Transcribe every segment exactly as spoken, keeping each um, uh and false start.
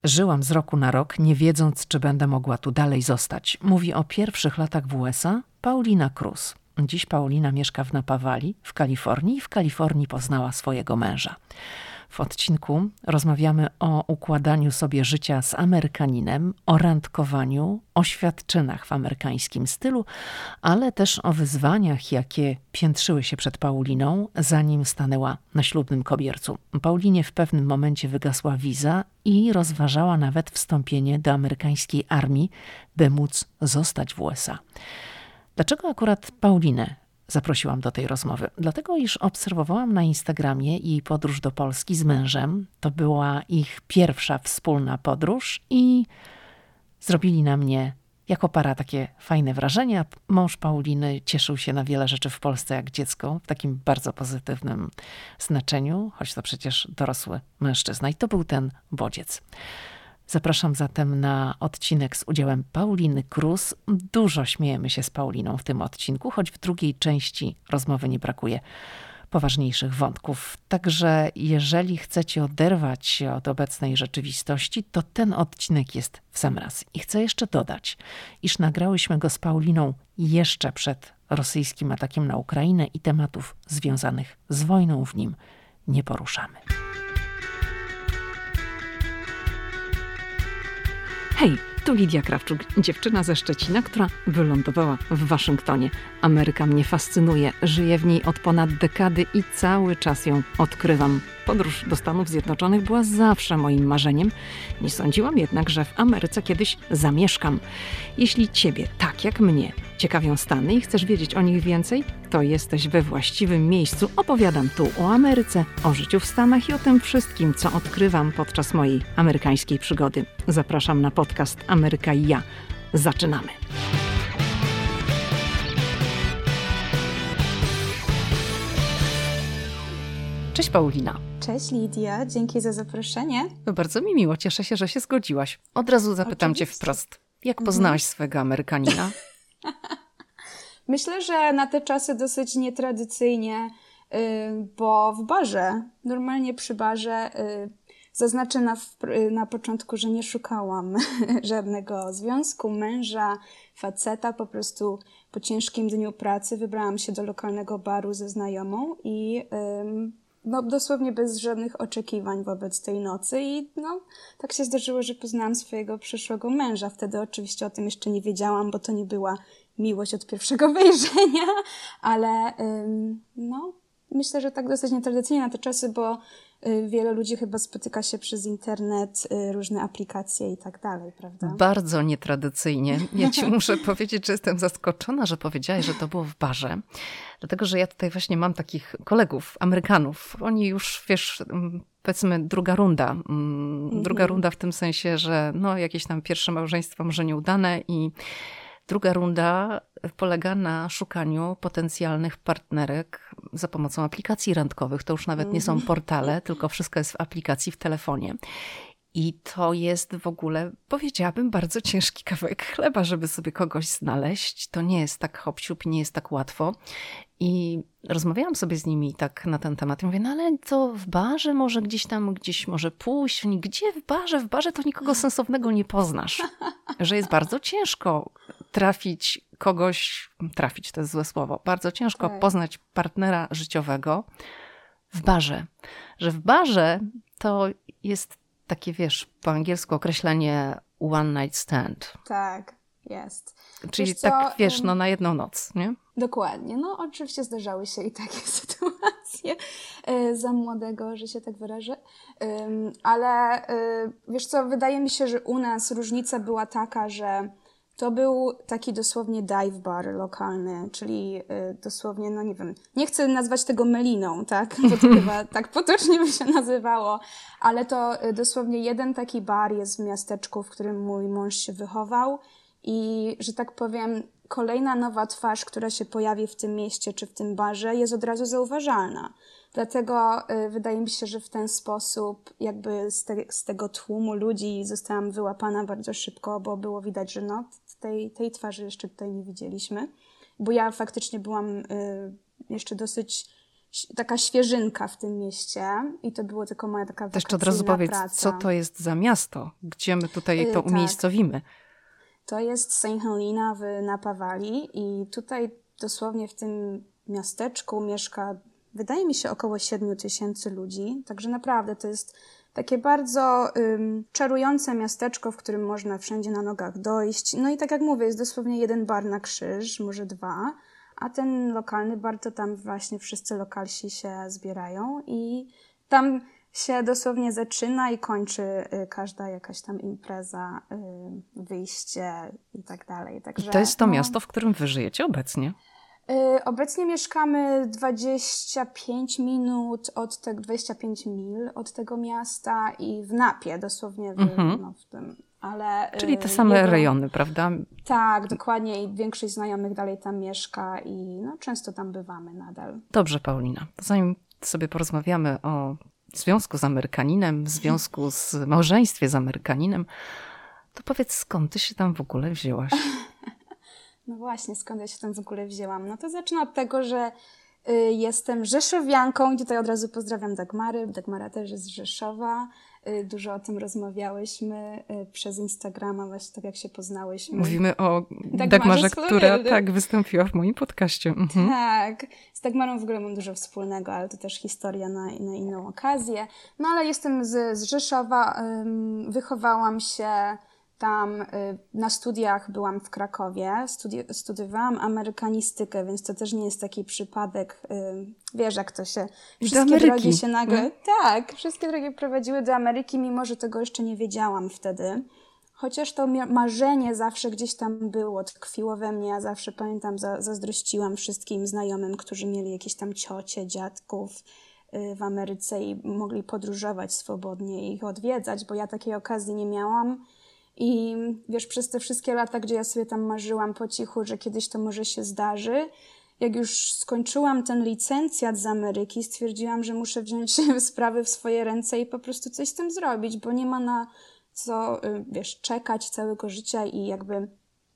Żyłam z roku na rok, nie wiedząc, czy będę mogła tu dalej zostać. Mówi o pierwszych latach w U S A Paulina Cruz. Dziś Paulina mieszka w Napa Valley w Kalifornii i w Kalifornii poznała swojego męża. W odcinku rozmawiamy o układaniu sobie życia z Amerykaninem, o randkowaniu, o świadczynach w amerykańskim stylu, ale też o wyzwaniach, jakie piętrzyły się przed Pauliną, zanim stanęła na ślubnym kobiercu. Paulinie w pewnym momencie wygasła wiza i rozważała nawet wstąpienie do amerykańskiej armii, by móc zostać w U S A. Dlaczego akurat Paulinę zaprosiłam do tej rozmowy? Dlatego, iż obserwowałam na Instagramie jej podróż do Polski z mężem. To była ich pierwsza wspólna podróż i zrobili na mnie jako para takie fajne wrażenia. Mąż Pauliny cieszył się na wiele rzeczy w Polsce jak dziecko, w takim bardzo pozytywnym znaczeniu, choć to przecież dorosły mężczyzna i to był ten bodziec. Zapraszam zatem na odcinek z udziałem Pauliny Cruz. Dużo śmiejemy się z Pauliną w tym odcinku, choć w drugiej części rozmowy nie brakuje poważniejszych wątków. Także jeżeli chcecie oderwać się od obecnej rzeczywistości, to ten odcinek jest w sam raz. I chcę jeszcze dodać, iż nagrałyśmy go z Pauliną jeszcze przed rosyjskim atakiem na Ukrainę i tematów związanych z wojną w nim nie poruszamy. Hej, tu Lidia Krawczuk, dziewczyna ze Szczecina, która wylądowała w Waszyngtonie. Ameryka mnie fascynuje, żyję w niej od ponad dekady i cały czas ją odkrywam. Podróż do Stanów Zjednoczonych była zawsze moim marzeniem. Nie sądziłam jednak, że w Ameryce kiedyś zamieszkam. Jeśli Ciebie, tak jak mnie, ciekawią Stany i chcesz wiedzieć o nich więcej, to jesteś we właściwym miejscu. Opowiadam tu o Ameryce, o życiu w Stanach i o tym wszystkim, co odkrywam podczas mojej amerykańskiej przygody. Zapraszam na podcast Ameryka i ja. Zaczynamy! Cześć Paulina. Cześć Lidia, dzięki za zaproszenie. No bardzo mi miło, cieszę się, że się zgodziłaś. Od razu zapytam Oczywiście. Cię wprost, jak poznałaś mhm. swego Amerykanina? Myślę, że na te czasy dosyć nietradycyjnie, bo w barze, normalnie przy barze, zaznaczę na, na początku, że nie szukałam żadnego związku, męża, faceta, po prostu po ciężkim dniu pracy wybrałam się do lokalnego baru ze znajomą i no, dosłownie bez żadnych oczekiwań wobec tej nocy i no, tak się zdarzyło, że poznałam swojego przyszłego męża. Wtedy oczywiście o tym jeszcze nie wiedziałam, bo to nie była miłość od pierwszego wejrzenia, ale ym, no, myślę, że tak dosyć nietradycyjnie na te czasy, bo y, wiele ludzi chyba spotyka się przez internet, y, różne aplikacje i tak dalej, prawda? Bardzo nietradycyjnie. Ja ci muszę powiedzieć, że jestem zaskoczona, że powiedziałaś, że to było w barze. Dlatego, że ja tutaj właśnie mam takich kolegów, Amerykanów. Oni już, wiesz, powiedzmy druga runda. Mm, druga mm-hmm. runda w tym sensie, że no jakieś tam pierwsze małżeństwo może nieudane i druga runda polega na szukaniu potencjalnych partnerek za pomocą aplikacji randkowych. To już nawet nie są portale, tylko wszystko jest w aplikacji w telefonie. I to jest w ogóle, powiedziałabym, bardzo ciężki kawałek chleba, żeby sobie kogoś znaleźć. To nie jest tak hop-siup i nie jest tak łatwo. I rozmawiałam sobie z nimi tak na ten temat. I mówię, no ale to w barze może gdzieś tam, gdzieś może pójść. Oni, gdzie w barze? W barze to nikogo sensownego nie poznasz. Że jest bardzo ciężko trafić kogoś, trafić to jest złe słowo, bardzo ciężko tak. poznać partnera życiowego w barze. Że w barze to jest takie, wiesz, po angielsku określenie one night stand. Tak, jest. Czyli wiesz tak, co? wiesz, no na jedną noc, nie? Dokładnie. No oczywiście zdarzały się i takie sytuacje za młodego, że się tak wyrażę. Ale wiesz co, wydaje mi się, że u nas różnica była taka, że to był taki dosłownie dive bar lokalny, czyli dosłownie, no nie wiem, nie chcę nazwać tego meliną, tak? Bo to chyba tak potocznie by się nazywało, ale to dosłownie jeden taki bar jest w miasteczku, w którym mój mąż się wychował i, że tak powiem, kolejna nowa twarz, która się pojawi w tym mieście czy w tym barze, jest od razu zauważalna. Dlatego y, wydaje mi się, że w ten sposób jakby z, te, z tego tłumu ludzi zostałam wyłapana bardzo szybko, bo było widać, że no, tej, tej twarzy jeszcze tutaj nie widzieliśmy. Bo ja faktycznie byłam y, jeszcze dosyć taka świeżynka w tym mieście i to było tylko moja taka wakacyjna praca. Jeszcze od razu powiedz, praca. co to jest za miasto? Gdzie my tutaj to Yy, umiejscowimy? Tak. To jest Saint Helena w Napa Valley i tutaj dosłownie w tym miasteczku mieszka, wydaje mi się, około siedmiu tysięcy ludzi. Także naprawdę to jest takie bardzo um, czarujące miasteczko, w którym można wszędzie na nogach dojść. No i tak jak mówię, jest dosłownie jeden bar na krzyż, może dwa, a ten lokalny bar to tam właśnie wszyscy lokalsi się zbierają i tam się dosłownie zaczyna i kończy y, każda jakaś tam impreza, y, wyjście i tak dalej. Także, I to jest to no, miasto, w którym wy żyjecie obecnie? y, obecnie mieszkamy dwadzieścia pięć minut od tego, dwadzieścia pięć mil od tego miasta i w Napie, dosłownie w, Mhm. no, w tym. Ale, y, Czyli te same jego, rejony, prawda? Tak, dokładnie i większość znajomych dalej tam mieszka i no, często tam bywamy nadal. Dobrze, Paulina. Zanim sobie porozmawiamy o związku z Amerykaninem, związku z małżeństwie z Amerykaninem, to powiedz, skąd ty się tam w ogóle wzięłaś? No właśnie, skąd ja się tam w ogóle wzięłam? No to zacznę od tego, że y, jestem rzeszowianką i tutaj od razu pozdrawiam Dagmary. Dagmara też jest z Rzeszowa. Y, dużo o tym rozmawiałyśmy y, przez Instagrama, właśnie tak jak się poznałyśmy. Mówimy o Dagmarze Dagmarze, z która Florydy. tak wystąpiła w moim podcaście. Mhm. Tak, z Dagmarą w ogóle mam dużo wspólnego, ale to też historia na, na inną okazję. No ale jestem z, z Rzeszowa, ym, wychowałam się tam, y, na studiach byłam w Krakowie, studi- studiowałam amerykanistykę, więc to też nie jest taki przypadek, y, wiesz jak to się, wszystkie drogi się nagle, mm. tak, wszystkie drogi prowadziły do Ameryki, mimo że tego jeszcze nie wiedziałam wtedy. Chociaż to marzenie zawsze gdzieś tam było, tkwiło we mnie. Ja zawsze pamiętam, za, zazdrościłam wszystkim znajomym, którzy mieli jakieś tam ciocie, dziadków y, w Ameryce i mogli podróżować swobodnie i ich odwiedzać, bo ja takiej okazji nie miałam. I wiesz, przez te wszystkie lata, gdzie ja sobie tam marzyłam po cichu, że kiedyś to może się zdarzy, jak już skończyłam ten licencjat z Ameryki, stwierdziłam, że muszę wziąć sprawy w swoje ręce i po prostu coś z tym zrobić, bo nie ma na co, wiesz, czekać całego życia i jakby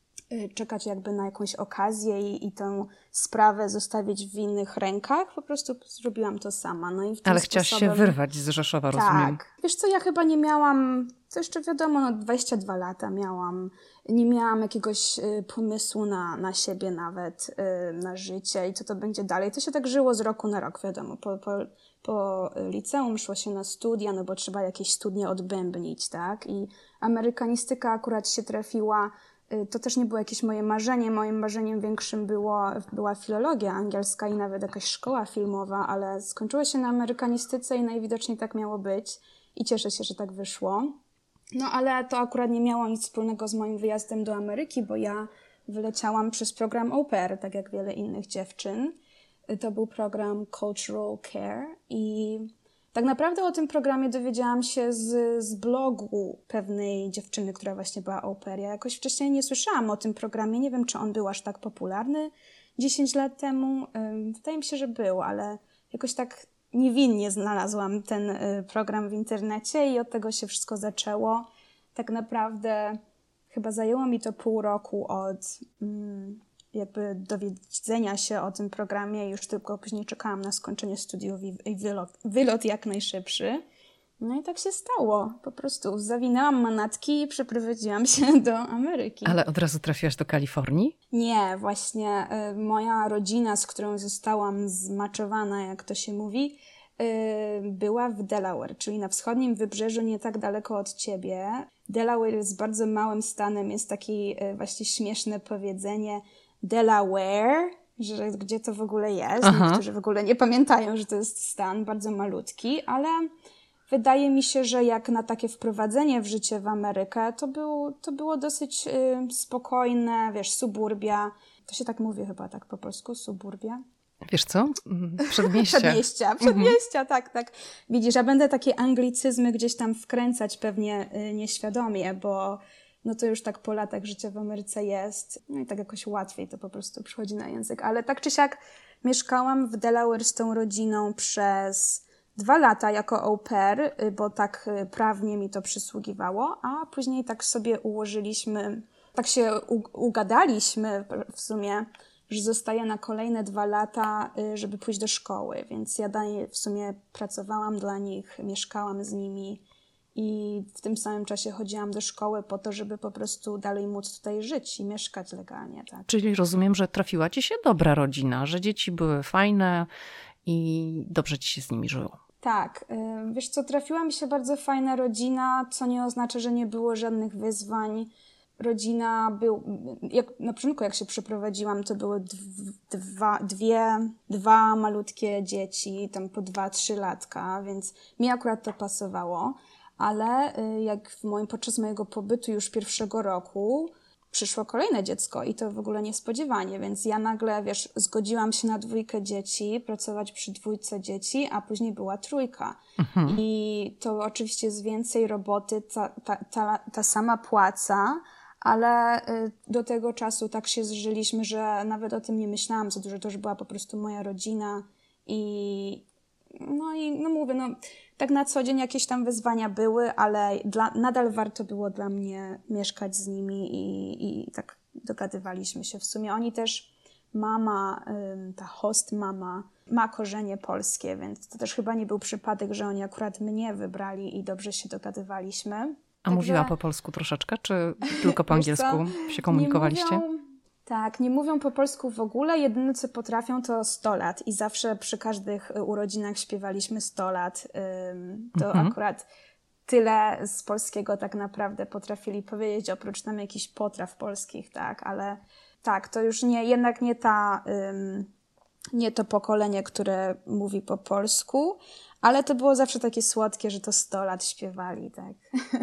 czekać jakby na jakąś okazję i, i tę sprawę zostawić w innych rękach. Po prostu zrobiłam to sama. No i w ten Ale chciałaś sposobem... się wyrwać z Rzeszowa, rozumiem. Tak. Wiesz co, ja chyba nie miałam, to jeszcze wiadomo, no dwadzieścia dwa lata miałam. Nie miałam jakiegoś y, pomysłu na, na siebie nawet, y, na życie i co to będzie dalej. To się tak żyło z roku na rok, wiadomo. Po, po, po liceum szło się na studia, no bo trzeba jakieś studnie odbębnić, tak? I amerykanistyka akurat się trafiła. To też nie było jakieś moje marzenie. Moim marzeniem większym było, była filologia angielska i nawet jakaś szkoła filmowa, ale skończyło się na amerykanistyce i najwidoczniej tak miało być. I cieszę się, że tak wyszło. No ale to akurat nie miało nic wspólnego z moim wyjazdem do Ameryki, bo ja wyleciałam przez program au pair, tak jak wiele innych dziewczyn. To był program Cultural Care i tak naprawdę o tym programie dowiedziałam się z, z blogu pewnej dziewczyny, która właśnie była au pair. Ja jakoś wcześniej nie słyszałam o tym programie. Nie wiem, czy on był aż tak popularny dziesięć lat temu. Wydaje mi się, że był, ale jakoś tak niewinnie znalazłam ten program w internecie i od tego się wszystko zaczęło. Tak naprawdę chyba zajęło mi to pół roku od... Mm, jakby dowiedzenia się o tym programie, już tylko później czekałam na skończenie studiów i wylot, wylot jak najszybszy. No i tak się stało. Po prostu zawinęłam manatki i przeprowadziłam się do Ameryki. Ale od razu trafiłaś do Kalifornii? Nie, właśnie y, moja rodzina, z którą zostałam zmaczowana, jak to się mówi, y, była w Delaware, czyli na wschodnim wybrzeżu, nie tak daleko od ciebie. Delaware jest bardzo małym stanem, jest takie y, właśnie śmieszne powiedzenie Delaware, że gdzie to w ogóle jest. Aha. Niektórzy w ogóle nie pamiętają, że to jest stan bardzo malutki, ale wydaje mi się, że jak na takie wprowadzenie w życie w Amerykę, to, był, to było dosyć y, spokojne, wiesz, suburbia. To się tak mówi chyba tak po polsku, suburbia. Wiesz co? Przedmieścia. Przedmieścia, przedmieścia, mhm. tak, tak. Widzisz, ja będę takie anglicyzmy gdzieś tam wkręcać pewnie y, nieświadomie, bo no to już tak po latach życia w Ameryce jest. No i tak jakoś łatwiej to po prostu przychodzi na język. Ale tak czy siak mieszkałam w Delaware z tą rodziną przez dwa lata jako au pair, bo tak prawnie mi to przysługiwało, a później tak sobie ułożyliśmy, tak się u- ugadaliśmy w sumie, że zostaję na kolejne dwa lata, żeby pójść do szkoły. Więc ja dalej w sumie pracowałam dla nich, mieszkałam z nimi i w tym samym czasie chodziłam do szkoły po to, żeby po prostu dalej móc tutaj żyć i mieszkać legalnie. Tak. Czyli rozumiem, że trafiła ci się dobra rodzina, że dzieci były fajne i dobrze ci się z nimi żyło. Tak. Wiesz co, trafiła mi się bardzo fajna rodzina, co nie oznacza, że nie było żadnych wyzwań. Rodzina był, jak, na początku jak się przeprowadziłam, to były dwa, dwie, dwa malutkie dzieci, tam po dwa, trzy latka, więc mi akurat to pasowało, ale jak w moim, podczas mojego pobytu już pierwszego roku przyszło kolejne dziecko i to w ogóle niespodziewanie, więc ja nagle, wiesz, zgodziłam się na dwójkę dzieci, pracować przy dwójce dzieci, a później była trójka. Mhm. I to oczywiście jest więcej roboty, ta, ta, ta, ta sama płaca, ale do tego czasu tak się zżyliśmy, że nawet o tym nie myślałam za dużo, to już była po prostu moja rodzina i no i no mówię, no tak na co dzień jakieś tam wyzwania były, ale dla, nadal warto było dla mnie mieszkać z nimi i, i tak dogadywaliśmy się w sumie. Oni też, mama, ta host mama ma korzenie polskie, więc to też chyba nie był przypadek, że oni akurat mnie wybrali i dobrze się dogadywaliśmy. A Także... mówiła po polsku troszeczkę, czy tylko po angielsku się komunikowaliście? Nie mówią, tak, nie mówią po polsku w ogóle. Jedyne, co potrafią, to sto lat. I zawsze przy każdych urodzinach śpiewaliśmy sto lat. To mhm. akurat tyle z polskiego tak naprawdę potrafili powiedzieć, oprócz tam jakichś potraw polskich, tak. Ale tak, to już nie, jednak nie ta, nie to pokolenie, które mówi po polsku, ale to było zawsze takie słodkie, że to sto lat śpiewali, tak.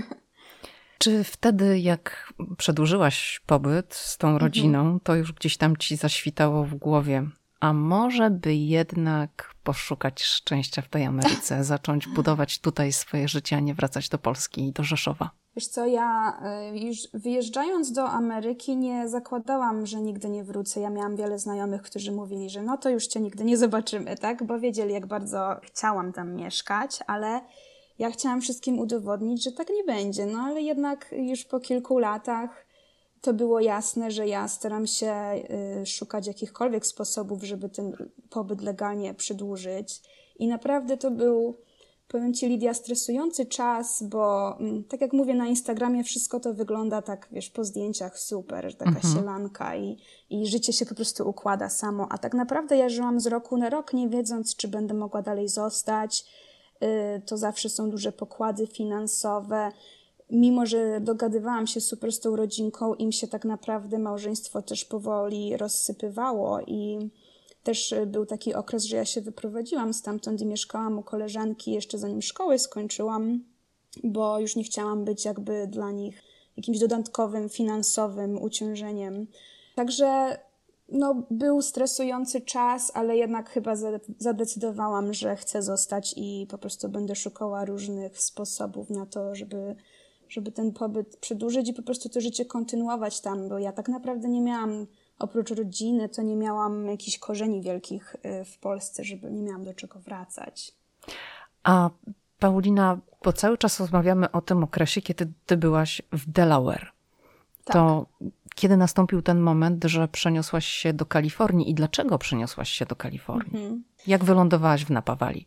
Czy wtedy, jak przedłużyłaś pobyt z tą rodziną, mhm. to już gdzieś tam ci zaświtało w głowie, a może by jednak poszukać szczęścia w tej Ameryce, zacząć budować tutaj swoje życie, a nie wracać do Polski i do Rzeszowa? Wiesz co, ja już wyjeżdżając do Ameryki nie zakładałam, że nigdy nie wrócę. Ja miałam wiele znajomych, którzy mówili, że no to już cię nigdy nie zobaczymy, tak? Bo wiedzieli, jak bardzo chciałam tam mieszkać, ale ja chciałam wszystkim udowodnić, że tak nie będzie. No ale jednak już po kilku latach to było jasne, że ja staram się y, szukać jakichkolwiek sposobów, żeby ten pobyt legalnie przedłużyć. I naprawdę to był, powiem ci, Lidia, stresujący czas, bo mm, tak jak mówię, na Instagramie wszystko to wygląda tak, wiesz, po zdjęciach super, taka mhm. sielanka i, i życie się po prostu układa samo. A tak naprawdę ja żyłam z roku na rok, nie wiedząc, czy będę mogła dalej zostać. Y, to zawsze są duże pokłady finansowe. Mimo że dogadywałam się super z tą rodzinką, im się tak naprawdę małżeństwo też powoli rozsypywało i też był taki okres, że ja się wyprowadziłam stamtąd i mieszkałam u koleżanki jeszcze zanim szkołę skończyłam, bo już nie chciałam być jakby dla nich jakimś dodatkowym finansowym uciążeniem. Także no, był stresujący czas, ale jednak chyba zadecydowałam, że chcę zostać i po prostu będę szukała różnych sposobów na to, żeby żeby ten pobyt przedłużyć i po prostu to życie kontynuować tam, bo ja tak naprawdę nie miałam, oprócz rodziny, to nie miałam jakichś korzeni wielkich w Polsce, żeby nie miałam do czego wracać. A Paulina, bo cały czas rozmawiamy o tym okresie, kiedy ty byłaś w Delaware. Tak. To kiedy nastąpił ten moment, że przeniosłaś się do Kalifornii i dlaczego przeniosłaś się do Kalifornii? Mhm. Jak wylądowałaś w Napa Valley?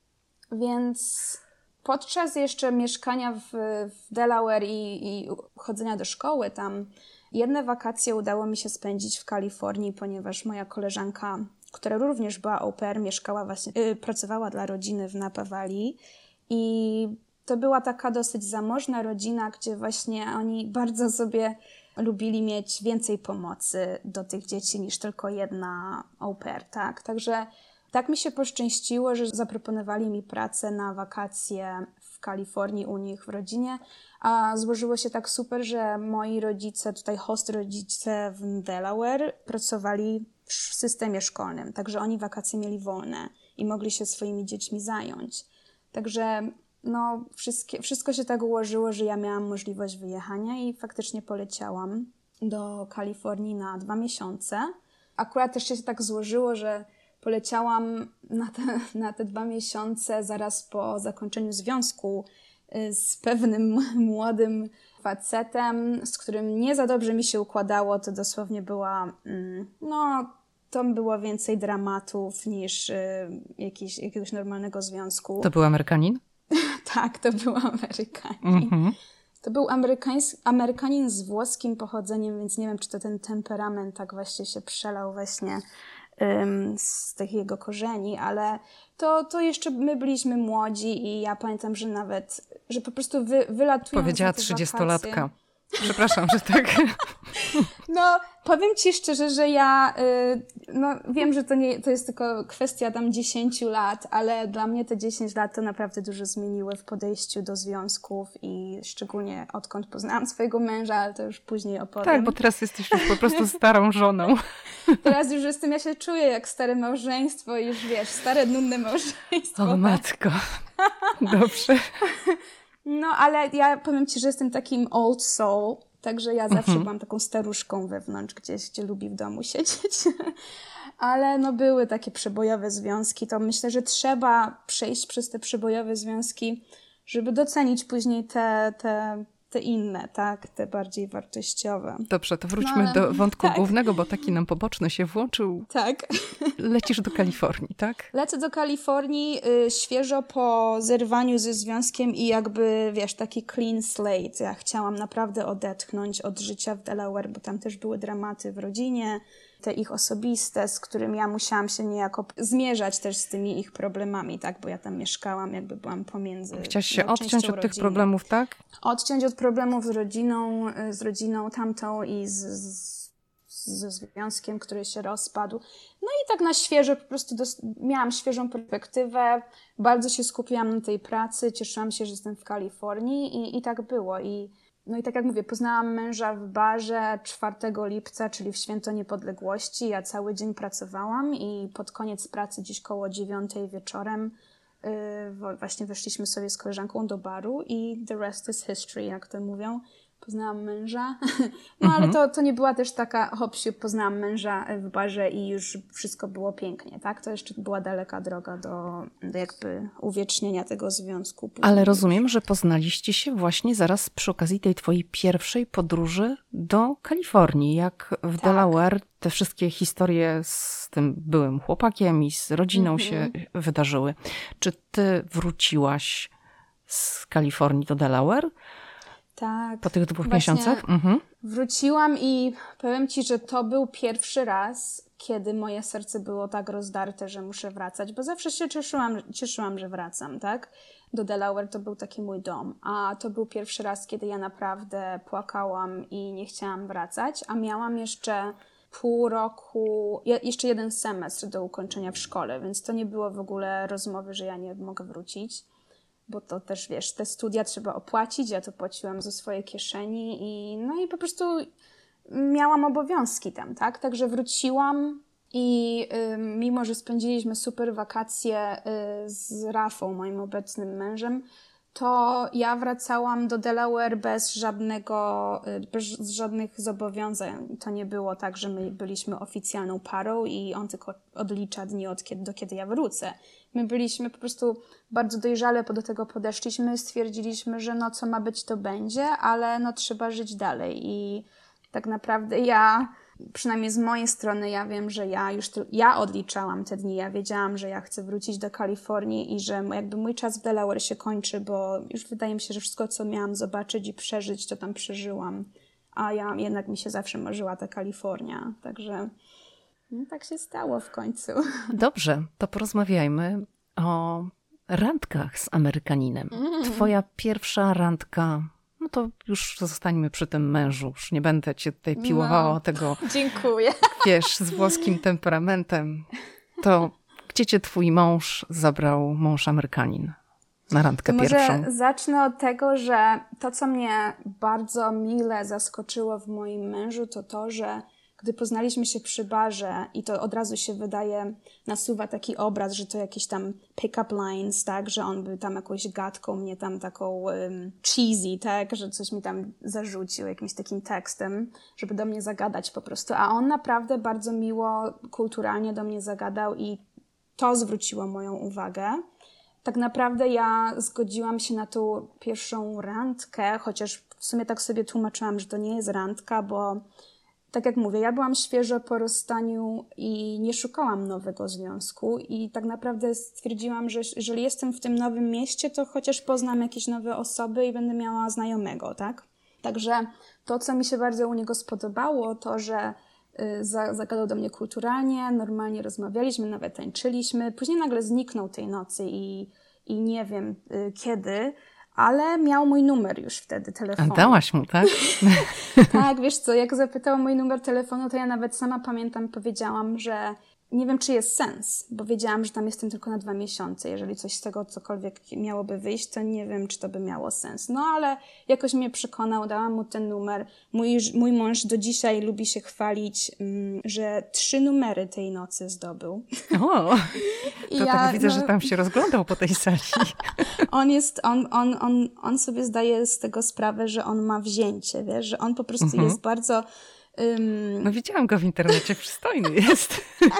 Więc podczas jeszcze mieszkania w, w Delaware i, i chodzenia do szkoły tam, jedne wakacje udało mi się spędzić w Kalifornii, ponieważ moja koleżanka, która również była au pair, mieszkała właśnie, yy, pracowała dla rodziny w Napa Valley i to była taka dosyć zamożna rodzina, gdzie właśnie oni bardzo sobie lubili mieć więcej pomocy do tych dzieci niż tylko jedna au pair, tak? Także tak mi się poszczęściło, że zaproponowali mi pracę na wakacje w Kalifornii u nich w rodzinie, a złożyło się tak super, że moi rodzice, tutaj host rodzice w Delaware pracowali w systemie szkolnym, także oni wakacje mieli wolne i mogli się swoimi dziećmi zająć. Także no, wszystkie, wszystko się tak ułożyło, że ja miałam możliwość wyjechania i faktycznie poleciałam do Kalifornii na dwa miesiące. Akurat też się tak złożyło, że poleciałam na te, na te dwa miesiące zaraz po zakończeniu związku z pewnym młodym facetem, z którym nie za dobrze mi się układało. To dosłownie była, no, to było więcej dramatów niż y, jakiś, jakiegoś normalnego związku. To był Amerykanin? Tak, to był Amerykanin. Mhm. To był Amerykańs- Amerykanin z włoskim pochodzeniem, więc nie wiem, czy to ten temperament tak właśnie się przelał właśnie ym, z tych jego korzeni, ale to, to jeszcze my byliśmy młodzi i ja pamiętam, że nawet, że po prostu wy, wylatując Powiedziała na te trzydziestolatka. wakacje... Przepraszam, że tak. No, powiem ci szczerze, że ja y, no, wiem, że to, nie, to jest tylko kwestia tam dziesięciu lat, ale dla mnie te dziesięć lat to naprawdę dużo zmieniły w podejściu do związków i szczególnie odkąd poznałam swojego męża, ale to już później opowiem. Tak, bo teraz jesteś już po prostu starą żoną. Teraz już jestem, ja się czuję jak stare małżeństwo i już wiesz, stare, nudne małżeństwo. O tak? matko. Dobrze. No, ale ja powiem ci, że jestem takim old soul, także ja zawsze Mhm. byłam taką staruszką wewnątrz gdzieś, gdzie lubi w domu siedzieć. Ale no były takie przebojowe związki, to myślę, że trzeba przejść przez te przebojowe związki, żeby docenić później te, te, te inne, tak, te bardziej wartościowe. Dobrze, to wróćmy No, ale- do wątku tak. głównego, bo taki nam poboczny się włączył. Tak. Lecisz do Kalifornii, tak? Lecę do Kalifornii y, świeżo po zerwaniu ze związkiem i jakby, wiesz, taki clean slate. Ja chciałam naprawdę odetchnąć od życia w Delaware, bo tam też były dramaty w rodzinie, te ich osobiste, z którymi ja musiałam się niejako zmierzać też z tymi ich problemami, tak? Bo ja tam mieszkałam, jakby byłam pomiędzy Chciałaś się no, odciąć częścią od tych rodziny. problemów, tak? Odciąć od problemów z rodziną, y, z rodziną tamtą i z, z, ze związkiem, który się rozpadł. No i tak na świeżo po prostu dos- miałam świeżą perspektywę, bardzo się skupiłam na tej pracy, cieszyłam się, że jestem w Kalifornii i, i tak było. I, no i tak jak mówię, poznałam męża w barze czwartego lipca, czyli w Święto Niepodległości. Ja cały dzień pracowałam i pod koniec pracy, gdzieś koło dziewiątej wieczorem, Yy, właśnie weszliśmy sobie z koleżanką do baru i the rest is history, jak to mówią. Poznałam męża. No ale to, to nie była też taka hop siup, poznałam męża w barze i już wszystko było pięknie, tak? To jeszcze była daleka droga do, do jakby uwiecznienia tego związku. Ale rozumiem, że poznaliście się właśnie zaraz przy okazji tej twojej pierwszej podróży do Kalifornii. Jak w Tak. Delaware te wszystkie historie z tym byłym chłopakiem i z rodziną Mhm. się wydarzyły. Czy ty wróciłaś z Kalifornii do Delaware Tak. po tych dwóch Właśnie miesiącach? Mhm. Wróciłam i powiem ci, że to był pierwszy raz, kiedy moje serce było tak rozdarte, że muszę wracać, bo zawsze się cieszyłam, cieszyłam, że wracam, tak? Do Delaware to był taki mój dom, a to był pierwszy raz, kiedy ja naprawdę płakałam i nie chciałam wracać, a miałam jeszcze pół roku, je, jeszcze jeden semestr do ukończenia w szkole, więc to nie było w ogóle rozmowy, że ja nie mogę wrócić. Bo to też, wiesz, te studia trzeba opłacić, ja to płaciłam ze swojej kieszeni i no i po prostu miałam obowiązki tam, tak? Także wróciłam i y, mimo, że spędziliśmy super wakacje y, z Rafą, moim obecnym mężem, to ja wracałam do Delaware bez żadnego, y, bez żadnych zobowiązań. To nie było tak, że my byliśmy oficjalną parą i on tylko odlicza dni od kiedy, do kiedy ja wrócę. My byliśmy po prostu bardzo dojrzale do tego podeszliśmy, stwierdziliśmy, że no co ma być, to będzie, ale no trzeba żyć dalej i tak naprawdę ja, przynajmniej z mojej strony, ja wiem, że ja już, tyl- ja odliczałam te dni, ja wiedziałam, że ja chcę wrócić do Kalifornii i że jakby mój czas w Delaware się kończy, bo już wydaje mi się, że wszystko, co miałam zobaczyć i przeżyć, to tam przeżyłam, a ja jednak mi się zawsze marzyła ta Kalifornia, także no, tak się stało w końcu. Dobrze, to porozmawiajmy o randkach z Amerykaninem. Twoja pierwsza randka, no to już zostańmy przy tym mężu. Już nie będę cię tutaj piłowała No. tego, Dziękuję. wiesz, z włoskim temperamentem. To gdzie cię twój mąż zabrał, mąż Amerykanin, na randkę To może pierwszą? zacznę od tego, że to, co mnie bardzo mile zaskoczyło w moim mężu, to to, że gdy poznaliśmy się przy barze i to od razu się wydaje, nasuwa taki obraz, że to jakieś tam pick-up lines, tak, że on by tam jakąś gadką mnie tam taką um, cheesy, tak, że coś mi tam zarzucił jakimś takim tekstem, żeby do mnie zagadać po prostu, a on naprawdę bardzo miło, kulturalnie do mnie zagadał i to zwróciło moją uwagę. Tak naprawdę ja zgodziłam się na tą pierwszą randkę, chociaż w sumie tak sobie tłumaczyłam, że to nie jest randka, bo tak jak mówię, ja byłam świeżo po rozstaniu i nie szukałam nowego związku i tak naprawdę stwierdziłam, że jeżeli jestem w tym nowym mieście, to chociaż poznam jakieś nowe osoby i będę miała znajomego, tak? Także to, co mi się bardzo u niego spodobało, to, że y, za, zagadał do mnie kulturalnie, normalnie rozmawialiśmy, nawet tańczyliśmy. Później nagle zniknął tej nocy i, i nie wiem y, kiedy, ale miał mój numer już wtedy telefonu. A dałaś mu, tak? Tak, wiesz co, jak zapytał mój numer telefonu, to ja nawet sama pamiętam, powiedziałam, że nie wiem, czy jest sens, bo wiedziałam, że tam jestem tylko na dwa miesiące. Jeżeli coś z tego cokolwiek miałoby wyjść, to nie wiem, czy to by miało sens. No ale jakoś mnie przekonał, dałam mu ten numer. Mój, mój mąż do dzisiaj lubi się chwalić, um, że trzy numery tej nocy zdobył. O, to ja, tak widzę, no, że tam się rozglądał po tej sali. On jest, on, on, on, on sobie zdaje z tego sprawę, że on ma wzięcie, wiesz, że on po prostu mhm. jest bardzo... Um... No widziałam go w internecie, przystojny jest.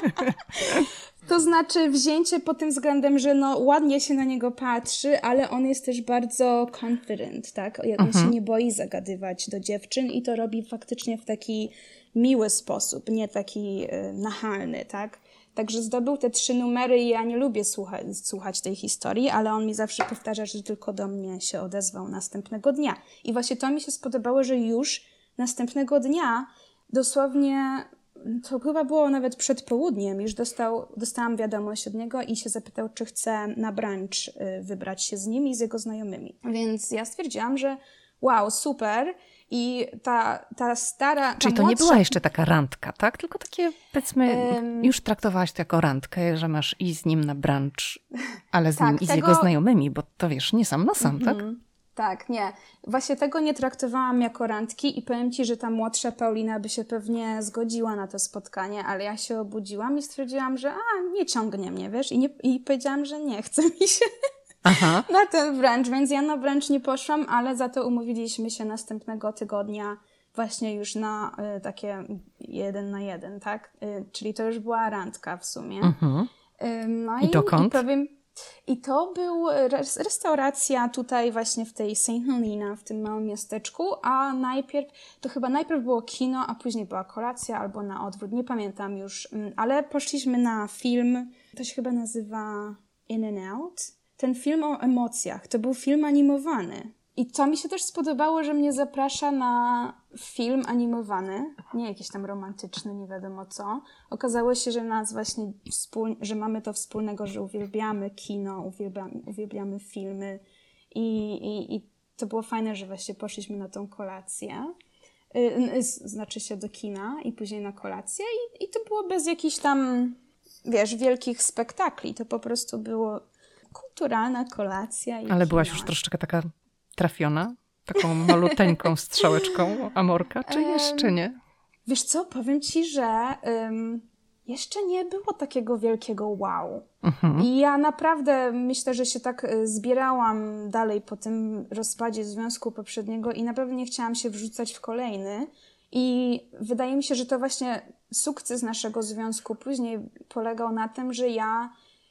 To znaczy wzięcie pod tym względem, że no ładnie się na niego patrzy, ale on jest też bardzo confident, tak? On mhm. się nie boi zagadywać do dziewczyn i to robi faktycznie w taki miły sposób, nie taki y, nachalny, tak? Także zdobył te trzy numery i ja nie lubię słuchać, słuchać tej historii, ale on mi zawsze powtarza, że tylko do mnie się odezwał następnego dnia. I właśnie to mi się spodobało, że już następnego dnia dosłownie, to chyba było nawet przed południem, już dostał, dostałam wiadomość od niego i się zapytał, czy chcę na brunch wybrać się z nim i z jego znajomymi. Więc ja stwierdziłam, że wow, super. I ta, ta stara... Ta Czyli to młodsza... nie była jeszcze taka randka, tak? Tylko takie, powiedzmy, um... już traktowałaś to jako randkę, że masz iść z nim na brunch, ale z tak, nim i z tego... jego znajomymi, bo to wiesz, nie sam na sam, mm-hmm. tak? Tak, nie. Właśnie tego nie traktowałam jako randki i powiem ci, że ta młodsza Paulina by się pewnie zgodziła na to spotkanie, ale ja się obudziłam i stwierdziłam, że a, nie ciągnie mnie, wiesz? I, nie, i powiedziałam, że nie chce mi się Aha. na ten brunch, więc ja na brunch nie poszłam, ale za to umówiliśmy się następnego tygodnia właśnie już na y, takie jeden na jeden, tak? Y, czyli to już była randka w sumie. Mhm. Y, no I, i dokąd? I powiem... I to był restauracja tutaj właśnie w tej Saint Helena, w tym małym miasteczku, a najpierw, to chyba najpierw było kino, a później była kolacja albo na odwrót, nie pamiętam już, ale poszliśmy na film, to się chyba nazywa In and Out. Ten film o emocjach, to był film animowany. I to mi się też spodobało, że mnie zaprasza na film animowany, nie jakiś tam romantyczny, nie wiadomo co. Okazało się, że nas właśnie wspól... że mamy to wspólnego, że uwielbiamy kino, uwielbiamy, uwielbiamy filmy i, i, i to było fajne, że właśnie poszliśmy na tą kolację, yy, znaczy się do kina i później na kolację i, i to było bez jakichś tam, wiesz, wielkich spektakli. To po prostu było kulturalna kolacja. I Ale kino. Byłaś już troszeczkę taka trafiona? Taką maluteńką strzałeczką amorka, czy jeszcze nie? Wiesz co, powiem ci, że um, jeszcze nie było takiego wielkiego wow. Mhm. I ja naprawdę myślę, że się tak zbierałam dalej po tym rozpadzie związku poprzedniego i naprawdę nie chciałam się wrzucać w kolejny. I wydaje mi się, że to właśnie sukces naszego związku później polegał na tym, że ja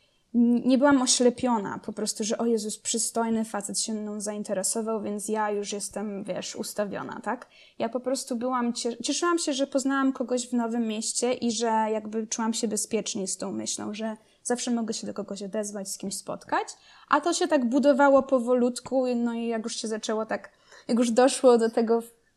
nie byłam oślepiona, po prostu, że o Jezus, przystojny facet się mną zainteresował, więc ja już jestem, wiesz, ustawiona, tak? Ja po prostu byłam, cieszyłam się, że poznałam kogoś w nowym mieście i że jakby czułam się bezpieczniej z tą myślą, że zawsze mogę się do kogoś odezwać, z kimś spotkać, a to się tak budowało powolutku, no i jak już się zaczęło tak, jak już doszło do tego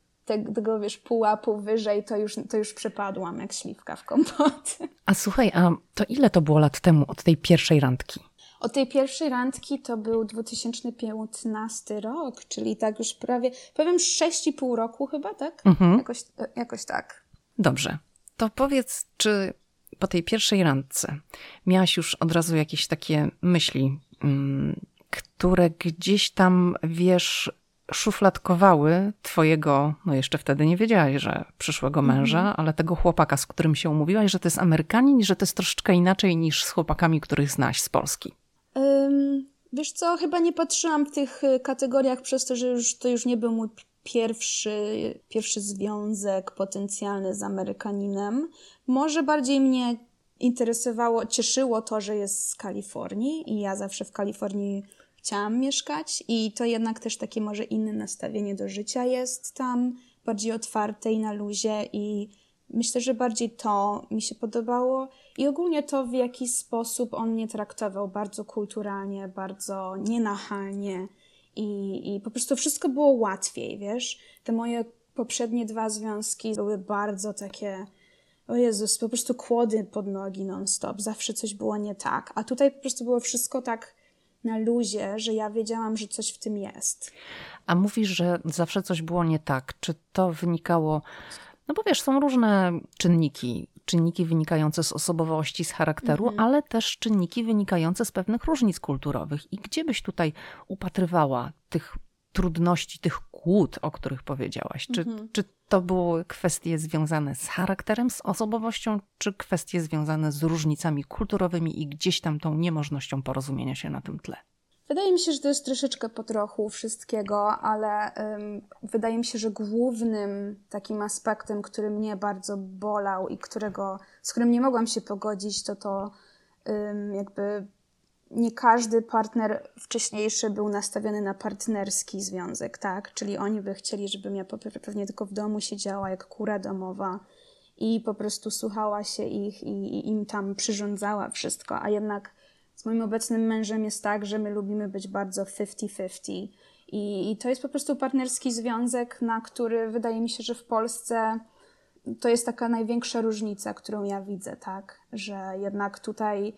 tego, wiesz, pułapu wyżej, to już, to już przepadłam jak śliwka w kompoty. A słuchaj, a to ile to było lat temu od tej pierwszej randki? Od tej pierwszej randki to był dwa tysiące piętnasty rok, czyli tak już prawie, powiem sześć i pół roku chyba, tak? Mhm. Jakoś, jakoś tak. Dobrze. To powiedz, czy po tej pierwszej randce miałaś już od razu jakieś takie myśli, mm, które gdzieś tam, wiesz, szufladkowały twojego, no jeszcze wtedy nie wiedziałaś, że przyszłego męża, mm-hmm. ale tego chłopaka, z którym się umówiłaś, że to jest Amerykanin i że to jest troszeczkę inaczej niż z chłopakami, których znasz z Polski? Um, wiesz co, chyba nie patrzyłam w tych kategoriach przez to, że już, to już nie był mój pierwszy, pierwszy związek potencjalny z Amerykaninem. Może bardziej mnie interesowało, cieszyło to, że jest z Kalifornii i ja zawsze w Kalifornii chciałam mieszkać i to jednak też takie może inne nastawienie do życia jest tam, bardziej otwarte i na luzie i Myślę, że bardziej to mi się podobało i ogólnie to, w jaki sposób on mnie traktował bardzo kulturalnie, bardzo nienachalnie i, i po prostu wszystko było łatwiej, wiesz. Te moje poprzednie dwa związki były bardzo takie, o Jezus, po prostu kłody pod nogi non-stop, zawsze coś było nie tak, a tutaj po prostu było wszystko tak na luzie, że ja wiedziałam, że coś w tym jest. A mówisz, że zawsze coś było nie tak. Czy to wynikało... No bo wiesz, są różne czynniki, czynniki wynikające z osobowości, z charakteru, mhm. ale też czynniki wynikające z pewnych różnic kulturowych. I gdzie byś tutaj upatrywała tych trudności, tych kłód, o których powiedziałaś? Czy, mhm. czy to były kwestie związane z charakterem, z osobowością, czy kwestie związane z różnicami kulturowymi i gdzieś tam tą niemożnością porozumienia się na tym tle? Wydaje mi się, że to jest troszeczkę po trochu wszystkiego, ale um, wydaje mi się, że głównym takim aspektem, który mnie bardzo bolał i którego, z którym nie mogłam się pogodzić, to to um, jakby nie każdy partner wcześniejszy był nastawiony na partnerski związek, tak? Czyli oni by chcieli, żebym ja pewnie tylko w domu siedziała jak kura domowa i po prostu słuchała się ich i, i im tam przyrządzała wszystko, a jednak z moim obecnym mężem jest tak, że my lubimy być bardzo fifty fifty I, i to jest po prostu partnerski związek, na który wydaje mi się, że w Polsce to jest taka największa różnica, którą ja widzę, tak? Że jednak tutaj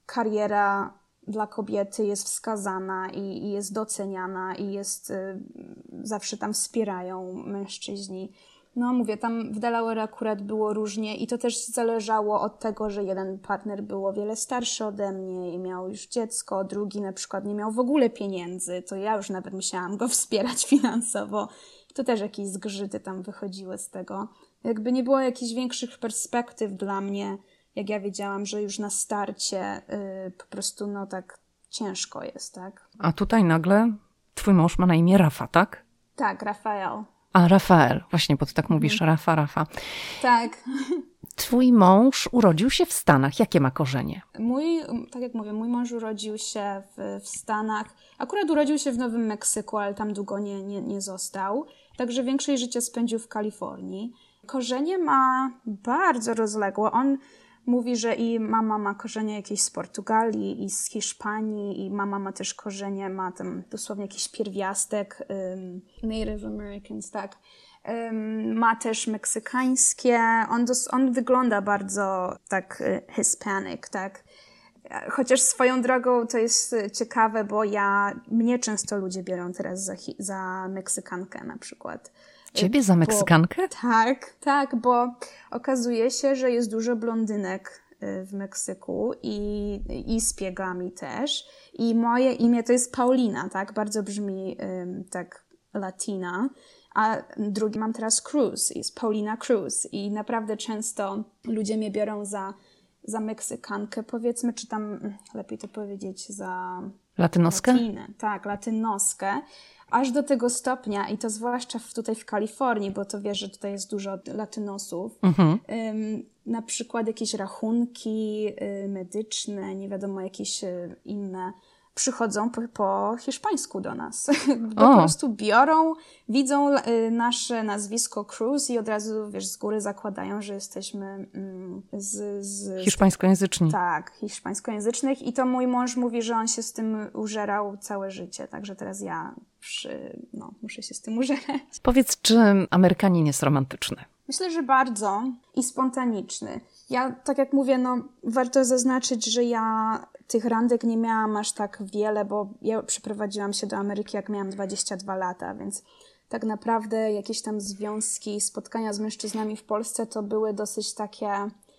kariera dla kobiety jest wskazana i, i jest doceniana i jest y, zawsze tam wspierają mężczyźni. No mówię, tam w Delaware akurat było różnie i to też zależało od tego, że jeden partner był o wiele starszy ode mnie i miał już dziecko, drugi na przykład nie miał w ogóle pieniędzy, to ja już nawet musiałam go wspierać finansowo. To też jakieś zgrzyty tam wychodziły z tego. Jakby nie było jakichś większych perspektyw dla mnie, jak ja wiedziałam, że już na starcie yy, po prostu no tak ciężko jest, tak? A tutaj nagle twój mąż ma na imię Rafa, tak? Tak, Rafael. A, Rafael. Właśnie, bo ty tak mówisz, hmm. Rafa, Rafa. Tak. Twój mąż urodził się w Stanach. Jakie ma korzenie? Mój, tak jak mówię, mój mąż urodził się w, w Stanach. Akurat urodził się w Nowym Meksyku, ale tam długo nie, nie, nie został. Także większość życia spędził w Kalifornii. Korzenie ma bardzo rozległe. On mówi, że i mama ma korzenie jakieś z Portugalii i z Hiszpanii i mama ma też korzenie, ma tam dosłownie jakiś pierwiastek um, Native Americans, tak. Um, ma też meksykańskie. On, dos- on wygląda bardzo tak uh, Hispanic, tak. Chociaż swoją drogą to jest ciekawe, bo ja, mnie często ludzie biorą teraz za, hi- za Meksykankę na przykład. Ciebie za Meksykankę? Bo, tak, tak, bo okazuje się, że jest dużo blondynek w Meksyku i, i z piegami też. I moje imię to jest Paulina, tak? Bardzo brzmi um, tak latina. A drugie mam teraz Cruz, jest Paulina Cruz. I naprawdę często ludzie mnie biorą za, za Meksykankę, powiedzmy, czy tam lepiej to powiedzieć za... Latynoskę? Latinę, tak, latynoskę. Aż do tego stopnia, i to zwłaszcza w, tutaj w Kalifornii, bo to wiesz, że tutaj jest dużo latynosów, mhm. um, na przykład jakieś rachunki y, medyczne, nie wiadomo, jakieś y, inne, przychodzą po, po hiszpańsku do nas. Po prostu biorą, widzą y, nasze nazwisko Cruz i od razu, wiesz, z góry zakładają, że jesteśmy mm, z, z... hiszpańskojęzyczni. Tak, hiszpańskojęzycznych. I to mój mąż mówi, że on się z tym użerał całe życie. Także teraz ja przy, no, muszę się z tym użerać. Powiedz, czy Amerykanin jest romantyczny? Myślę, że bardzo i spontaniczny. Ja, tak jak mówię, no warto zaznaczyć, że ja tych randek nie miałam aż tak wiele, bo ja przeprowadziłam się do Ameryki, jak miałam dwadzieścia dwa lata, więc tak naprawdę jakieś tam związki, spotkania z mężczyznami w Polsce to były dosyć takie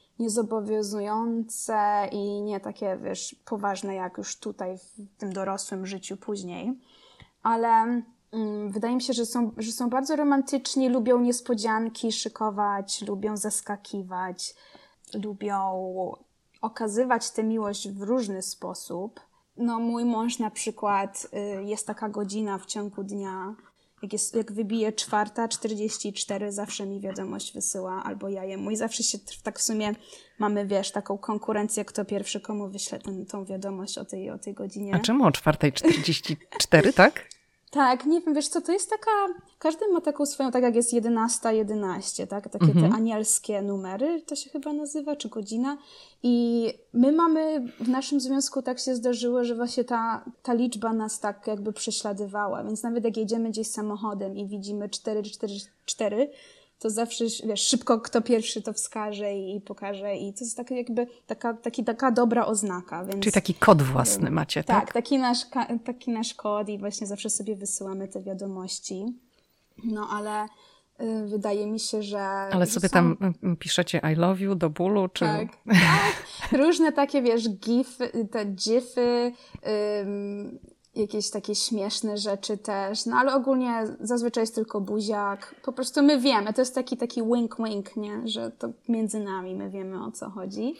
niezobowiązujące i nie takie, wiesz, poważne jak już tutaj w tym dorosłym życiu później. Ale mm, wydaje mi się, że są, że są bardzo romantyczni, lubią niespodzianki szykować, lubią zaskakiwać, lubią okazywać tę miłość w różny sposób. No mój mąż na przykład, y, jest taka godzina w ciągu dnia, jak, jest, jak wybije czwarta czterdzieści cztery, zawsze mi wiadomość wysyła, albo ja jemu. I zawsze się tak w sumie mamy, wiesz, taką konkurencję, kto pierwszy komu wyśle ten, tą wiadomość o tej, o tej godzinie. A czemu o czwarta czterdzieści cztery, tak? Tak, nie wiem, wiesz co, to jest taka, każdy ma taką swoją, tak jak jest jedenasta jedenaście, tak, takie Mhm. te anielskie numery, to się chyba nazywa, czy godzina i my mamy, w naszym związku tak się zdarzyło, że właśnie ta, ta liczba nas tak jakby prześladowała, więc nawet jak jedziemy gdzieś samochodem i widzimy cztery cztery cztery, to zawsze, wiesz, szybko kto pierwszy to wskaże i pokaże i to jest taka jakby taka, taki, taka dobra oznaka. Więc, Czyli taki kod własny macie, tak? Tak, taki nasz, taki nasz kod i właśnie zawsze sobie wysyłamy te wiadomości. No ale y, wydaje mi się, że... Ale że sobie są... tam piszecie I love you do bólu, czy... Tak, tak. Różne takie, wiesz, gify, te gify, ym, jakieś takie śmieszne rzeczy też, no ale ogólnie zazwyczaj jest tylko buziak. Po prostu my wiemy, to jest taki taki wink-wink, nie? Że to między nami, my wiemy o co chodzi.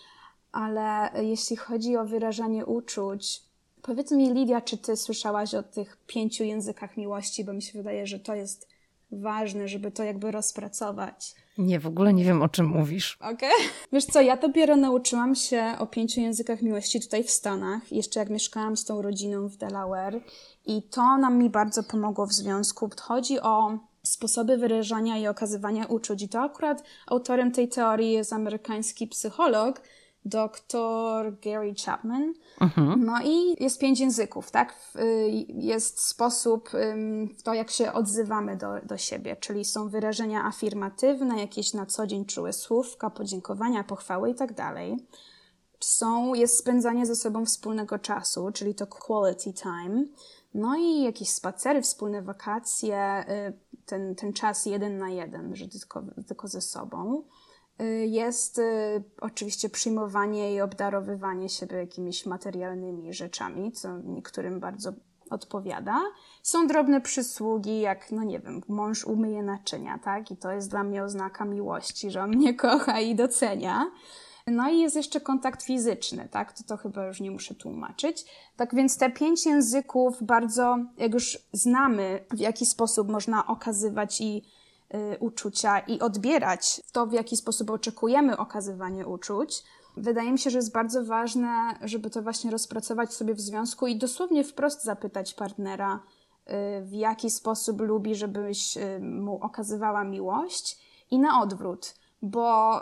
Ale jeśli chodzi o wyrażanie uczuć, powiedz mi Lidia, czy ty słyszałaś o tych pięciu językach miłości, bo mi się wydaje, że to jest ważne, żeby to jakby rozpracować. Nie, w ogóle nie wiem, o czym mówisz. Okej. Okay. Wiesz co, ja dopiero nauczyłam się o pięciu językach miłości tutaj w Stanach, jeszcze jak mieszkałam z tą rodziną w Delaware i to nam mi bardzo pomogło w związku. Chodzi o sposoby wyrażania i okazywania uczuć i to akurat autorem tej teorii jest amerykański psycholog, doktor Gary Chapman. Mhm. No i jest pięć języków, tak? Jest sposób w to, jak się odzywamy do, do siebie, czyli są wyrażenia afirmatywne, jakieś na co dzień czułe słówka, podziękowania, pochwały i tak dalej. Są, jest spędzanie ze sobą wspólnego czasu, czyli to quality time. No i jakieś spacery, wspólne wakacje, ten, ten czas jeden na jeden, że tylko, tylko ze sobą. Jest y, oczywiście przyjmowanie i obdarowywanie siebie jakimiś materialnymi rzeczami, co niektórym bardzo odpowiada. Są drobne przysługi, jak, no nie wiem, mąż umyje naczynia, tak? I to jest dla mnie oznaka miłości, że on mnie kocha i docenia. No i jest jeszcze kontakt fizyczny, tak? To, to chyba już nie muszę tłumaczyć. Tak więc te pięć języków bardzo, jak już znamy, w jaki sposób można okazywać i uczucia i odbierać to, w jaki sposób oczekujemy okazywania uczuć. Wydaje mi się, że jest bardzo ważne, żeby to właśnie rozpracować sobie w związku i dosłownie wprost zapytać partnera, w jaki sposób lubi, żebyś mu okazywała miłość i na odwrót, bo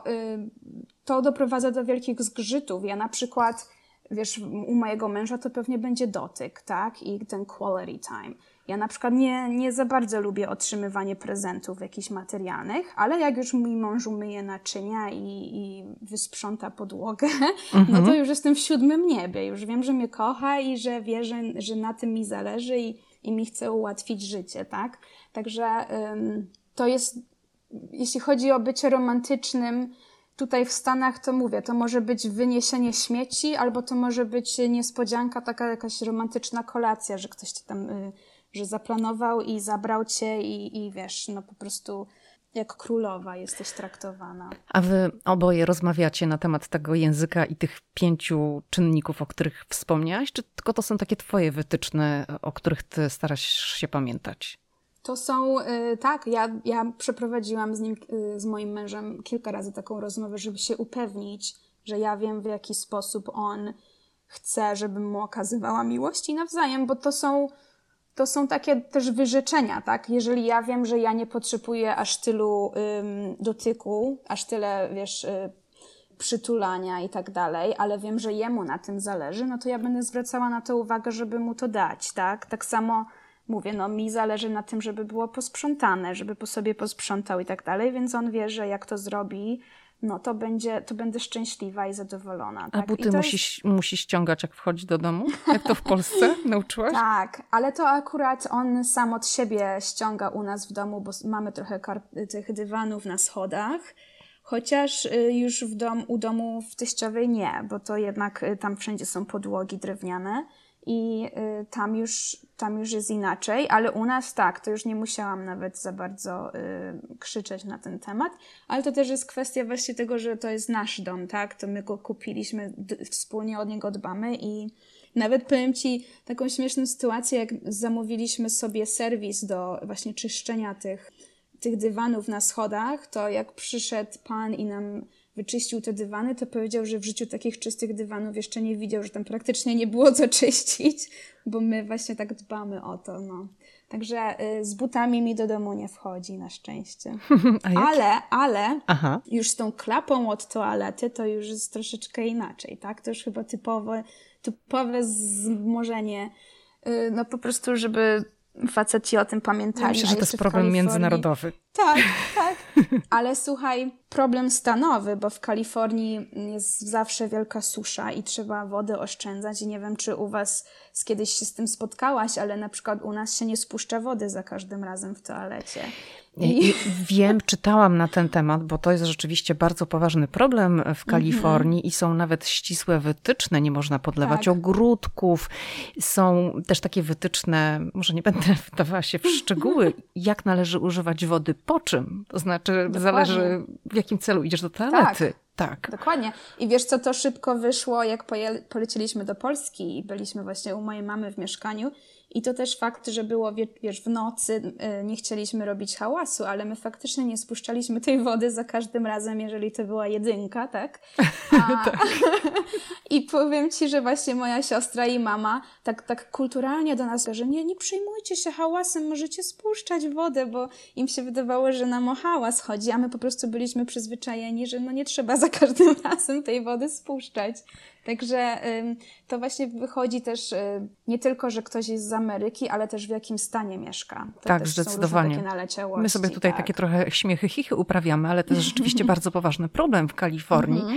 to doprowadza do wielkich zgrzytów. Ja na przykład, wiesz, u mojego męża to pewnie będzie dotyk, tak? I ten quality time. Ja na przykład nie, nie za bardzo lubię otrzymywanie prezentów jakichś materialnych, ale jak już mój mąż umyje naczynia i, i wysprząta podłogę, mhm. no to już jestem w siódmym niebie. Już wiem, że mnie kocha i że wie, że, że na tym mi zależy i, i mi chce ułatwić życie, tak? Także ym, to jest, jeśli chodzi o bycie romantycznym, tutaj w Stanach to mówię, to może być wyniesienie śmieci, albo to może być niespodzianka, taka jakaś romantyczna kolacja, że ktoś ci tam... Y, że zaplanował i zabrał cię i, i wiesz, no po prostu jak królowa jesteś traktowana. A wy oboje rozmawiacie na temat tego języka i tych pięciu czynników, o których wspomniałaś, czy tylko to są takie twoje wytyczne, o których ty starasz się pamiętać? To są, y, tak, ja, ja przeprowadziłam z nim, y, z moim mężem kilka razy taką rozmowę, żeby się upewnić, że ja wiem, w jaki sposób on chce, żebym mu okazywała miłość i nawzajem, bo to są To są takie też wyrzeczenia, tak? Jeżeli ja wiem, że ja nie potrzebuję aż tylu ym, dotyku, aż tyle, wiesz, y, przytulania i tak dalej, ale wiem, że jemu na tym zależy, no to ja będę zwracała na to uwagę, żeby mu to dać, tak? Tak samo mówię, no mi zależy na tym, żeby było posprzątane, żeby po sobie posprzątał i tak dalej, więc on wie, że jak to zrobi, no to będzie, to będę szczęśliwa i zadowolona. Tak? A buty musi, jest... musi ściągać, jak wchodzi do domu? Jak to w Polsce nauczyłaś? Tak, ale to akurat on sam od siebie ściąga u nas w domu, bo mamy trochę kar- tych dywanów na schodach, chociaż już w dom, u domu w teściowej nie, bo to jednak tam wszędzie są podłogi drewniane i y, tam już, tam już jest inaczej, ale u nas tak, to już nie musiałam nawet za bardzo y, krzyczeć na ten temat, ale to też jest kwestia właśnie tego, że to jest nasz dom, tak, to my go kupiliśmy, d- wspólnie od niego dbamy i nawet powiem Ci taką śmieszną sytuację, jak zamówiliśmy sobie serwis do właśnie czyszczenia tych, tych dywanów na schodach, to jak przyszedł pan i nam wyczyścił te dywany, to powiedział, że w życiu takich czystych dywanów jeszcze nie widział, że tam praktycznie nie było co czyścić, bo my właśnie tak dbamy o to, no. Także y, z butami mi do domu nie wchodzi na szczęście. A jak? Ale, ale Aha. już z tą klapą od toalety to już jest troszeczkę inaczej, tak? To już chyba typowe, typowe wzmożenie, y, no po prostu, żeby faceci o tym pamiętali. Ja myślę, że to jest problem międzynarodowy. Tak, tak. Ale słuchaj, problem stanowy, bo w Kalifornii jest zawsze wielka susza i trzeba wody oszczędzać i nie wiem, czy u was kiedyś się z tym spotkałaś, ale na przykład u nas się nie spuszcza wody za każdym razem w toalecie. I... I wiem, czytałam na ten temat, bo to jest rzeczywiście bardzo poważny problem w Kalifornii mm-hmm. i są nawet ścisłe wytyczne, nie można podlewać tak. ogródków. Są też takie wytyczne, może nie będę wdawała się w szczegóły, jak należy używać wody po czym. To znaczy Dokładnie. Zależy w jakim celu idziesz do toalety. Tak. tak. Dokładnie. I wiesz co, to szybko wyszło, jak poje- polecieliśmy do Polski i byliśmy właśnie u mojej mamy w mieszkaniu. I to też fakt, że było, wiesz, w nocy nie chcieliśmy robić hałasu, ale my faktycznie nie spuszczaliśmy tej wody za każdym razem, jeżeli to była jedynka, tak? A... tak. I powiem ci, że właśnie moja siostra i mama tak, tak kulturalnie do nas, że nie, nie przejmujcie się hałasem, możecie spuszczać wodę, bo im się wydawało, że nam o hałas chodzi, a my po prostu byliśmy przyzwyczajeni, że no nie trzeba za każdym razem tej wody spuszczać. Także ym, to właśnie wychodzi też y, nie tylko, że ktoś jest z Ameryki, ale też w jakim stanie mieszka. To tak, też zdecydowanie. Są takie naleciałości. My sobie tutaj tak. takie trochę śmiechy, chichy uprawiamy, ale to jest rzeczywiście bardzo poważny problem w Kalifornii. Mm-hmm.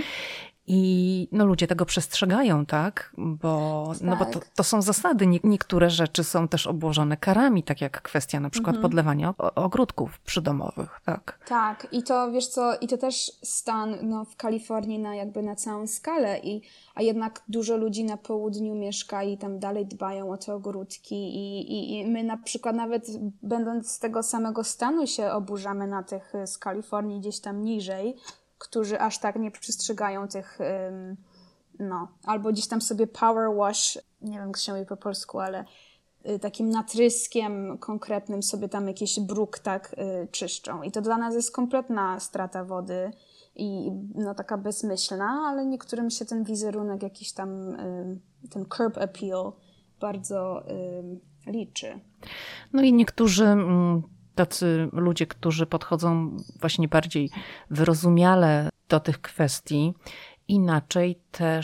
I no, ludzie tego przestrzegają, tak? Bo, tak. No bo to, to są zasady. Nie, niektóre rzeczy są też obłożone karami, tak jak kwestia na przykład mm-hmm. podlewania ogródków przydomowych, tak? Tak. I to, wiesz co, i to też stan no, w Kalifornii na jakby na całą skalę. I, a jednak dużo ludzi na południu mieszka i tam dalej dbają o te ogródki. I, i, i my na przykład nawet będąc z tego samego stanu się oburzamy na tych z Kalifornii gdzieś tam niżej, którzy aż tak nie przestrzegają tych, um, no, albo gdzieś tam sobie power wash, nie wiem jak się mówi po polsku, ale y, takim natryskiem konkretnym sobie tam jakiś bruk tak y, czyszczą. I to dla nas jest kompletna strata wody i no taka bezmyślna, ale niektórym się ten wizerunek jakiś tam, y, ten curb appeal bardzo y, liczy. No i niektórzy... Mm... Tacy ludzie, którzy podchodzą właśnie bardziej wyrozumiale do tych kwestii, inaczej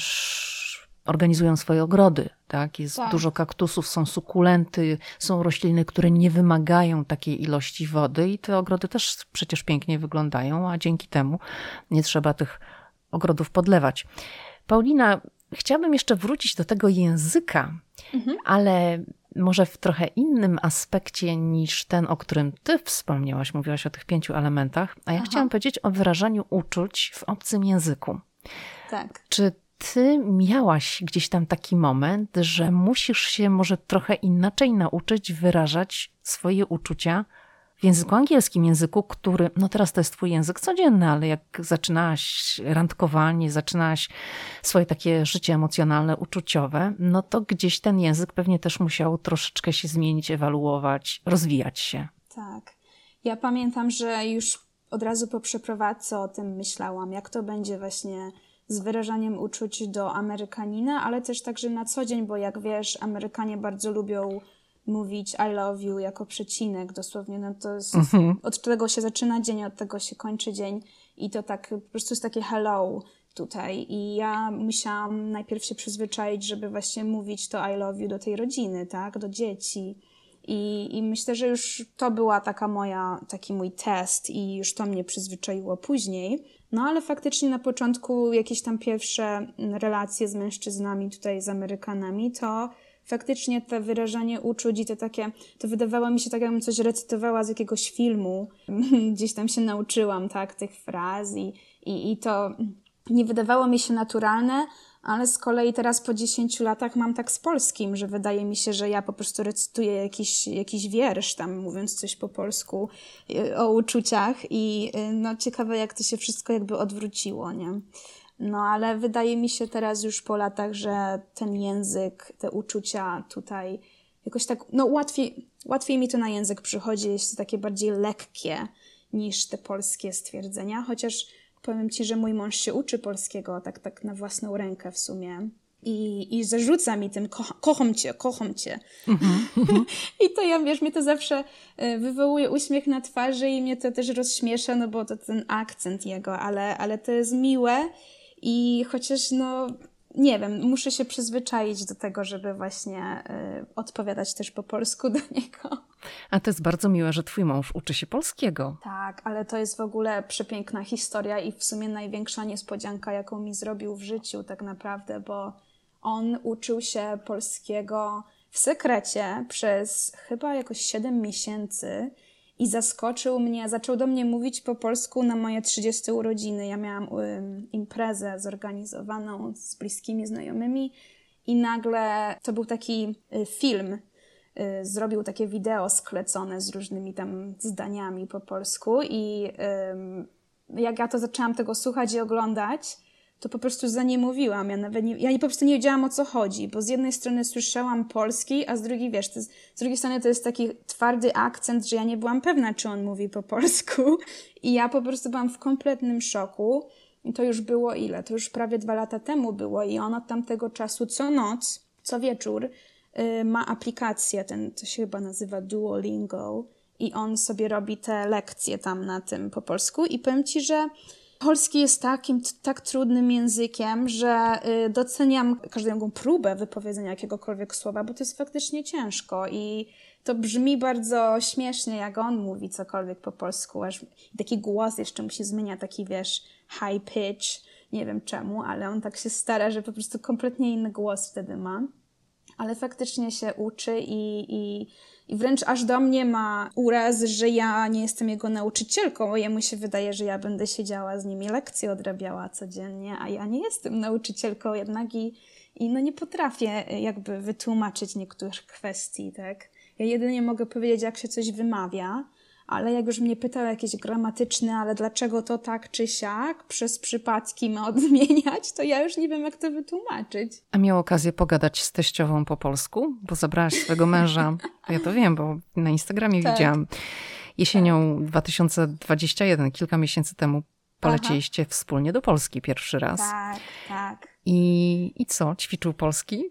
też organizują swoje ogrody. Tak? Jest tak. dużo kaktusów, są sukulenty, są rośliny, które nie wymagają takiej ilości wody i te ogrody też przecież pięknie wyglądają, a dzięki temu nie trzeba tych ogrodów podlewać. Paulina, chciałabym jeszcze wrócić do tego języka, mhm. ale może w trochę innym aspekcie niż ten, o którym ty wspomniałaś, mówiłaś o tych pięciu elementach, a ja Aha. chciałam powiedzieć o wyrażaniu uczuć w obcym języku. Tak. Czy ty miałaś gdzieś tam taki moment, że musisz się może trochę inaczej nauczyć wyrażać swoje uczucia w języku angielskim, języku, który, no teraz to jest twój język codzienny, ale jak zaczynałaś randkowanie, zaczynałaś swoje takie życie emocjonalne, uczuciowe, no to gdzieś ten język pewnie też musiał troszeczkę się zmienić, ewoluować, rozwijać się. Tak. Ja pamiętam, że już od razu po przeprowadzce o tym myślałam, jak to będzie właśnie z wyrażaniem uczuć do Amerykanina, ale też także na co dzień, bo jak wiesz, Amerykanie bardzo lubią mówić I love you jako przecinek dosłownie, no to jest, mm-hmm. od tego się zaczyna dzień, od tego się kończy dzień i to tak po prostu jest takie hello tutaj i ja musiałam najpierw się przyzwyczaić, żeby właśnie mówić to I love you do tej rodziny, tak, do dzieci i, i myślę, że już to była taka moja, taki mój test i już to mnie przyzwyczaiło później, no ale faktycznie na początku jakieś tam pierwsze relacje z mężczyznami tutaj, z Amerykanami, to faktycznie to wyrażanie uczuć i to takie, to wydawało mi się tak, jakbym coś recytowała z jakiegoś filmu. Gdzieś tam się nauczyłam, tak, tych fraz i, i, i to nie wydawało mi się naturalne, ale z kolei teraz po dziesięciu latach mam tak z polskim, że wydaje mi się, że ja po prostu recytuję jakiś, jakiś wiersz tam, mówiąc coś po polsku o uczuciach i no ciekawe, jak to się wszystko jakby odwróciło, nie? No ale wydaje mi się teraz już po latach, że ten język, te uczucia tutaj jakoś tak, no łatwiej, łatwiej mi to na język przychodzi, jest takie bardziej lekkie niż te polskie stwierdzenia, chociaż powiem ci, że mój mąż się uczy polskiego tak, tak na własną rękę w sumie i, i zarzuca mi tym, Ko- kocham cię, kocham cię. Mm-hmm. I to ja, wiesz, mnie to zawsze wywołuje uśmiech na twarzy i mnie to też rozśmiesza, no bo to ten akcent jego, ale, ale to jest miłe i chociaż no, nie wiem, muszę się przyzwyczaić do tego, żeby właśnie y, odpowiadać też po polsku do niego. A to jest bardzo miłe, że twój mąż uczy się polskiego. Tak, ale to jest w ogóle przepiękna historia i w sumie największa niespodzianka, jaką mi zrobił w życiu tak naprawdę, bo on uczył się polskiego w sekrecie przez chyba jakoś siedem miesięcy i zaskoczył mnie, zaczął do mnie mówić po polsku na moje trzydzieste urodziny. Ja miałam um, imprezę zorganizowaną z bliskimi znajomymi i nagle to był taki y, film, y, zrobił takie wideo sklecone z różnymi tam zdaniami po polsku i y, jak ja to zaczęłam tego słuchać i oglądać, to po prostu zaniemówiłam. Ja nawet nie, ja po prostu nie wiedziałam, o co chodzi, bo z jednej strony słyszałam polski, a z drugiej, wiesz, to jest, z drugiej strony to jest taki twardy akcent, że ja nie byłam pewna, czy on mówi po polsku i ja po prostu byłam w kompletnym szoku. I to już było ile? To już prawie dwa lata temu było i on od tamtego czasu co noc, co wieczór yy, ma aplikację, ten, to się chyba nazywa Duolingo i on sobie robi te lekcje tam na tym po polsku i powiem ci, że polski jest takim, tak trudnym językiem, że y, doceniam każdą próbę wypowiedzenia jakiegokolwiek słowa, bo to jest faktycznie ciężko i to brzmi bardzo śmiesznie, jak on mówi cokolwiek po polsku, aż taki głos jeszcze mu się zmienia, taki wiesz, high pitch, nie wiem czemu, ale on tak się stara, że po prostu kompletnie inny głos wtedy ma. Ale faktycznie się uczy i, i, i wręcz aż do mnie ma uraz, że ja nie jestem jego nauczycielką, bo jemu się wydaje, że ja będę siedziała z nimi lekcje odrabiała codziennie, a ja nie jestem nauczycielką jednak i, i no nie potrafię jakby wytłumaczyć niektórych kwestii, tak? Ja jedynie mogę powiedzieć, jak się coś wymawia, ale jak już mnie pytał jakieś gramatyczne, ale dlaczego to tak czy siak, przez przypadki ma odmieniać, to ja już nie wiem, jak to wytłumaczyć. A miał okazję pogadać z teściową po polsku? Bo zabrałaś swojego męża, ja to wiem, bo na Instagramie tak. widziałam. Jesienią tak. dwa tysiące dwudziestego pierwszego, kilka miesięcy temu, polecieliście Aha. wspólnie do Polski pierwszy raz. Tak, tak. I, i co? Ćwiczył polski?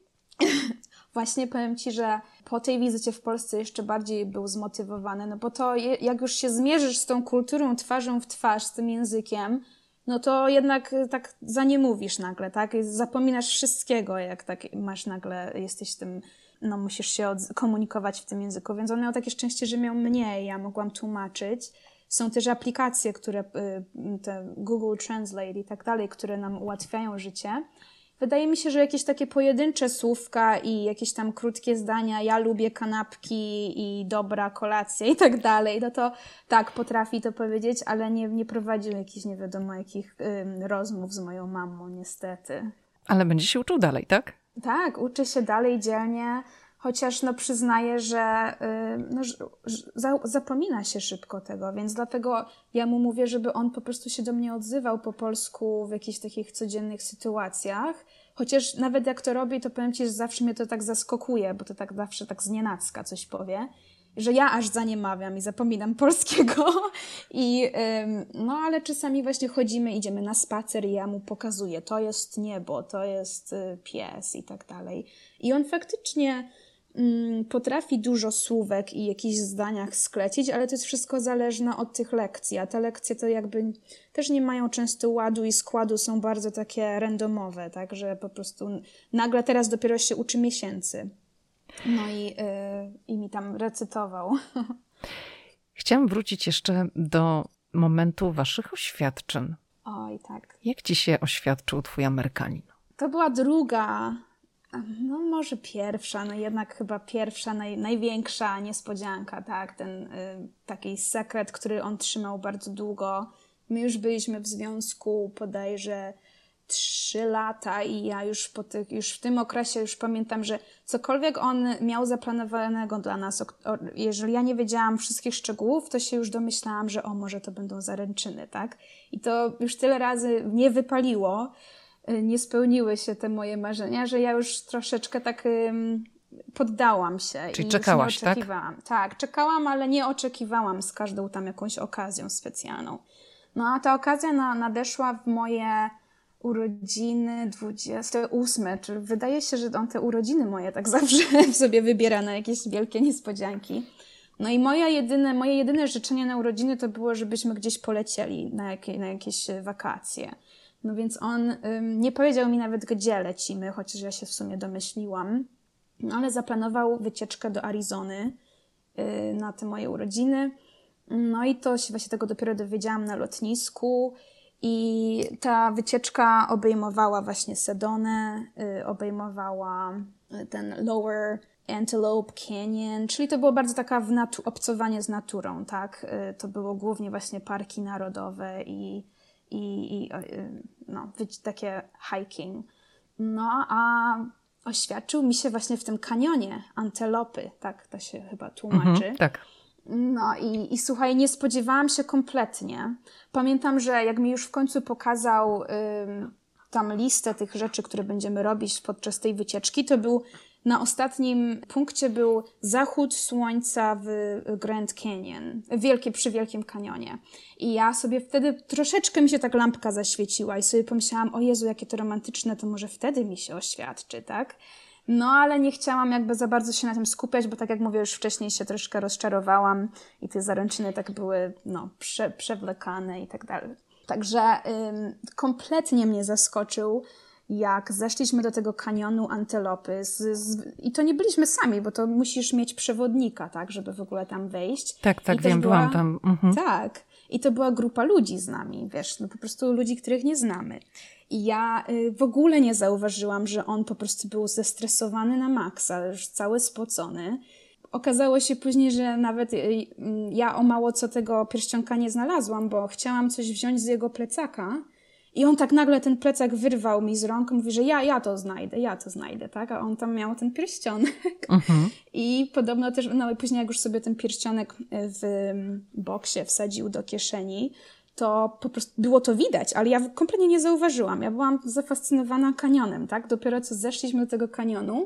Właśnie powiem ci, że po tej wizycie w Polsce jeszcze bardziej był zmotywowany, no bo to jak już się zmierzysz z tą kulturą twarzą w twarz, z tym językiem, no to jednak tak zaniemówisz nagle, tak? Zapominasz wszystkiego, jak tak masz nagle, jesteś tym, no musisz się od- komunikować w tym języku, więc on miał takie szczęście, że miał mnie i ja mogłam tłumaczyć. Są też aplikacje, które, te Google Translate i tak dalej, które nam ułatwiają życie. Wydaje mi się, że jakieś takie pojedyncze słówka i jakieś tam krótkie zdania, ja lubię kanapki i dobra kolacja i tak dalej, no to tak, potrafi to powiedzieć, ale nie, nie prowadził jakichś nie wiadomo jakich ym, rozmów z moją mamą, niestety. Ale będzie się uczył dalej, tak? Tak, uczy się dalej dzielnie, chociaż no przyznaję, że, yy, no, że za, zapomina się szybko tego, więc dlatego ja mu mówię, żeby on po prostu się do mnie odzywał po polsku w jakichś takich codziennych sytuacjach. Chociaż nawet jak to robi, to powiem ci, że zawsze mnie to tak zaskakuje, bo to tak zawsze tak znienacka coś powie, że ja aż zaniemawiam i zapominam polskiego. I, ym, no ale czasami właśnie chodzimy, idziemy na spacer i ja mu pokazuję, to jest niebo, to jest y, pies i tak dalej. I on faktycznie ym, potrafi dużo słówek i jakichś zdaniach sklecić, ale to jest wszystko zależne od tych lekcji, a te lekcje to jakby też nie mają często ładu i składu, są bardzo takie randomowe, tak, że po prostu nagle teraz dopiero się uczy miesięcy. No i, yy, i mi tam recytował. Chciałam wrócić jeszcze do momentu waszych oświadczyn. Oj, tak. Jak ci się oświadczył twój Amerykanin? To była druga, no może pierwsza, no jednak chyba pierwsza, naj, największa niespodzianka, tak? Ten y, taki sekret, który on trzymał bardzo długo. My już byliśmy w związku bodajże trzy lata i ja już po tych, już w tym okresie już pamiętam, że cokolwiek on miał zaplanowanego dla nas, o, o, jeżeli ja nie wiedziałam wszystkich szczegółów, to się już domyślałam, że o, może to będą zaręczyny, tak? I to już tyle razy nie wypaliło, nie spełniły się te moje marzenia, że ja już troszeczkę tak ym, poddałam się. Czyli i czekałaś, nie oczekiwałam. Tak? Tak, czekałam, ale nie oczekiwałam z każdą tam jakąś okazją specjalną. No a ta okazja na, nadeszła w moje urodziny dwudzieste ósme, czy wydaje się, że on te urodziny moje tak zawsze sobie wybiera na jakieś wielkie niespodzianki. No i moja jedyne, moje jedyne życzenie na urodziny to było, żebyśmy gdzieś polecieli na, jakie, na jakieś wakacje. No więc on ym, nie powiedział mi nawet, gdzie lecimy, chociaż ja się w sumie domyśliłam. No ale zaplanował wycieczkę do Arizony yy, na te moje urodziny. No i to się właśnie tego dopiero dowiedziałam na lotnisku. I ta wycieczka obejmowała właśnie Sedonę, yy, obejmowała ten Lower Antelope Canyon, czyli to było bardzo taka w natu- obcowanie z naturą, tak? Yy, to było głównie właśnie parki narodowe i, i, i yy, no, takie hiking. No a oświadczył mi się właśnie w tym kanionie Antelopy, tak to się chyba tłumaczy. Mhm, tak. No i, i słuchaj, nie spodziewałam się kompletnie. Pamiętam, że jak mi już w końcu pokazał ym, tam listę tych rzeczy, które będziemy robić podczas tej wycieczki, to był na ostatnim punkcie był zachód słońca w Grand Canyon, wielkie, przy Wielkim Kanionie. I ja sobie wtedy troszeczkę mi się tak lampka zaświeciła i sobie pomyślałam, o Jezu, jakie to romantyczne, to może wtedy mi się oświadczy, tak? No, ale nie chciałam jakby za bardzo się na tym skupiać, bo tak jak mówię, już wcześniej się troszkę rozczarowałam i te zaręczyny tak były, no, prze, przewlekane i tak dalej. Także ym, kompletnie mnie zaskoczył, jak zeszliśmy do tego kanionu Antelopy z, z, i to nie byliśmy sami, bo to musisz mieć przewodnika, tak, żeby w ogóle tam wejść. Tak, tak, I wiem, była, byłam tam. Mhm. Tak. I to była grupa ludzi z nami, wiesz, no po prostu ludzi, których nie znamy. I ja y, w ogóle nie zauważyłam, że on po prostu był zestresowany na maksa, już cały spocony. Okazało się później, że nawet y, y, ja o mało co tego pierścionka nie znalazłam, bo chciałam coś wziąć z jego plecaka i on tak nagle ten plecak wyrwał mi z rąk, mówi, że ja, ja to znajdę, ja to znajdę, tak? A on tam miał ten pierścionek. Mhm. I podobno też, no i później jak już sobie ten pierścionek w boksie wsadził do kieszeni, to po prostu było to widać, ale ja kompletnie nie zauważyłam. Ja byłam zafascynowana kanionem, tak? Dopiero co zeszliśmy do tego kanionu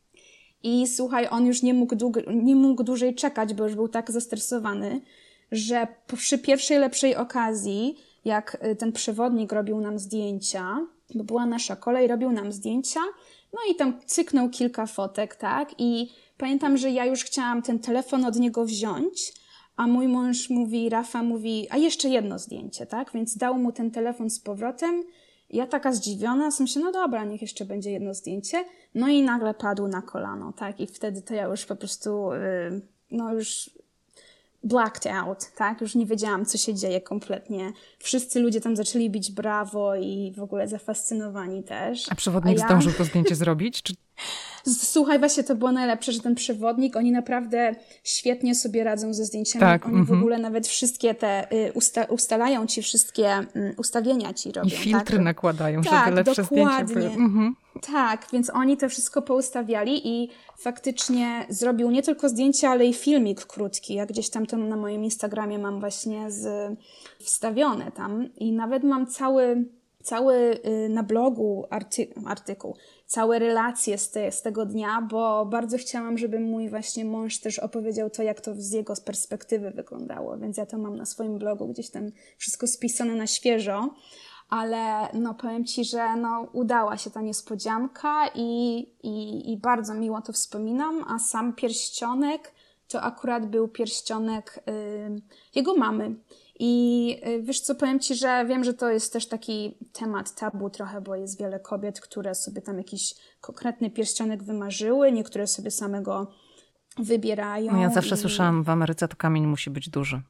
i słuchaj, on już nie mógł, dług- nie mógł dłużej czekać, bo już był tak zestresowany, że przy pierwszej lepszej okazji, jak ten przewodnik robił nam zdjęcia, bo była nasza kolej, robił nam zdjęcia, no i tam cyknął kilka fotek, tak? I pamiętam, że ja już chciałam ten telefon od niego wziąć, a mój mąż mówi, Rafa mówi, a jeszcze jedno zdjęcie, tak? Więc dał mu ten telefon z powrotem. Ja taka zdziwiona, sam się, no dobra, niech jeszcze będzie jedno zdjęcie. No i nagle padł na kolano, tak? I wtedy to ja już po prostu, yy, no już blacked out, tak? Już nie wiedziałam, co się dzieje kompletnie. Wszyscy ludzie tam zaczęli bić brawo i w ogóle zafascynowani też. A przewodnik a ja... zdążył to zdjęcie zrobić? Czy... Słuchaj, właśnie to było najlepsze, że ten przewodnik, oni naprawdę świetnie sobie radzą ze zdjęciami. Tak, oni mm-hmm. w ogóle nawet wszystkie te, y, usta- ustalają ci wszystkie y, ustawienia ci robią. I filtry tak? nakładają, tak, żeby lepsze dokładnie. zdjęcia były. Mm-hmm. Tak, więc oni to wszystko poustawiali i faktycznie zrobił nie tylko zdjęcie, ale i filmik krótki. Ja gdzieś tam to na moim Instagramie mam właśnie z, wstawione tam i nawet mam cały, cały y, na blogu arty- artykuł, całe relacje z, te, z tego dnia, bo bardzo chciałam, żeby mój właśnie mąż też opowiedział to, jak to z jego perspektywy wyglądało, więc ja to mam na swoim blogu gdzieś tam wszystko spisane na świeżo. Ale no powiem Ci, że no udała się ta niespodzianka i, i, i bardzo miło to wspominam, a sam pierścionek to akurat był pierścionek y, jego mamy. I y, wiesz co, powiem Ci, że wiem, że to jest też taki temat tabu trochę, bo jest wiele kobiet, które sobie tam jakiś konkretny pierścionek wymarzyły, niektóre sobie samego wybierają. No ja zawsze i... słyszałam, w Ameryce to kamień musi być duży.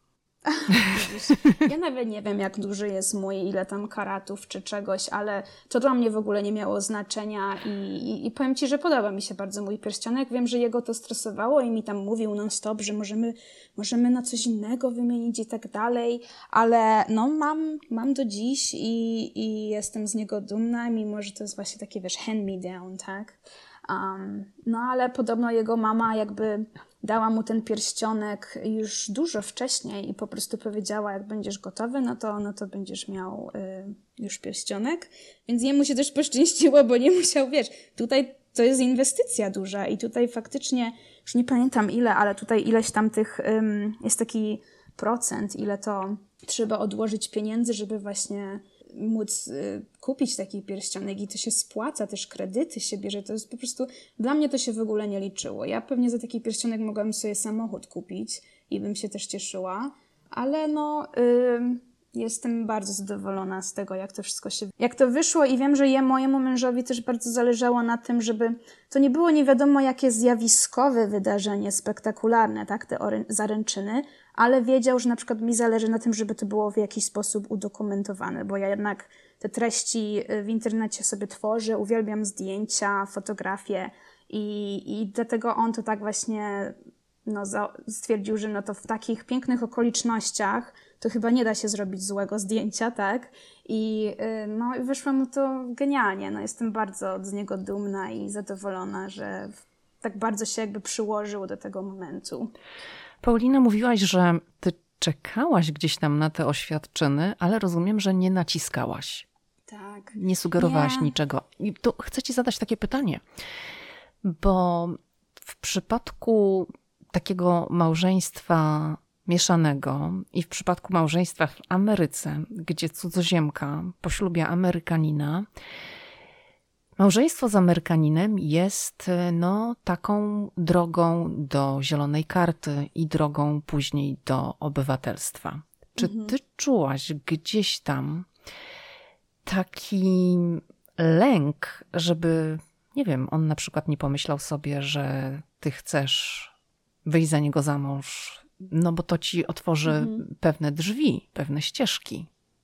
Ja nawet nie wiem, jak duży jest mój, ile tam karatów czy czegoś, ale to dla mnie w ogóle nie miało znaczenia i, i, i powiem Ci, że podoba mi się bardzo mój pierścionek. Wiem, że jego to stresowało i mi tam mówił non stop, że możemy, możemy na coś innego wymienić i tak dalej, ale no mam, mam do dziś i, i jestem z niego dumna, mimo że to jest właśnie takie, wiesz, hand me down, tak? Um, no ale podobno jego mama jakby dała mu ten pierścionek już dużo wcześniej i po prostu powiedziała, jak będziesz gotowy, no to, no to będziesz miał y, już pierścionek. Więc jemu się też poszczęściło, bo nie musiał, wiesz, tutaj to jest inwestycja duża i tutaj faktycznie, już nie pamiętam ile, ale tutaj ileś tam tych, ym, jest taki procent, ile to trzeba odłożyć pieniędzy, żeby właśnie móc y, kupić taki pierścionek i to się spłaca, też kredyty się bierze, to jest po prostu, dla mnie to się w ogóle nie liczyło. Ja pewnie za taki pierścionek mogłabym sobie samochód kupić i bym się też cieszyła, ale no y, jestem bardzo zadowolona z tego, jak to wszystko się, jak to wyszło i wiem, że ja, mojemu mężowi też bardzo zależało na tym, żeby to nie było nie wiadomo jakie zjawiskowe wydarzenie, spektakularne, tak, te ory- zaręczyny, ale wiedział, że na przykład mi zależy na tym, żeby to było w jakiś sposób udokumentowane, bo ja jednak te treści w internecie sobie tworzę, uwielbiam zdjęcia, fotografie i, i dlatego on to tak właśnie no, za, stwierdził, że no to w takich pięknych okolicznościach to chyba nie da się zrobić złego zdjęcia, tak? I no, wyszło mu to genialnie. No, jestem bardzo z niego dumna i zadowolona, że tak bardzo się jakby przyłożył do tego momentu. Paulina, mówiłaś, że ty czekałaś gdzieś tam na te oświadczyny, ale rozumiem, że nie naciskałaś. Tak. Nie sugerowałaś nie. niczego. I tu chcę ci zadać takie pytanie, bo w przypadku takiego małżeństwa mieszanego i w przypadku małżeństwa w Ameryce, gdzie cudzoziemka poślubia Amerykanina, małżeństwo z Amerykaninem jest no, taką drogą do zielonej karty i drogą później do obywatelstwa. Czy Mhm. ty czułaś gdzieś tam taki lęk, żeby, nie wiem, on na przykład nie pomyślał sobie, że ty chcesz wyjść za niego za mąż, no bo to ci otworzy Mhm. pewne drzwi, pewne ścieżki.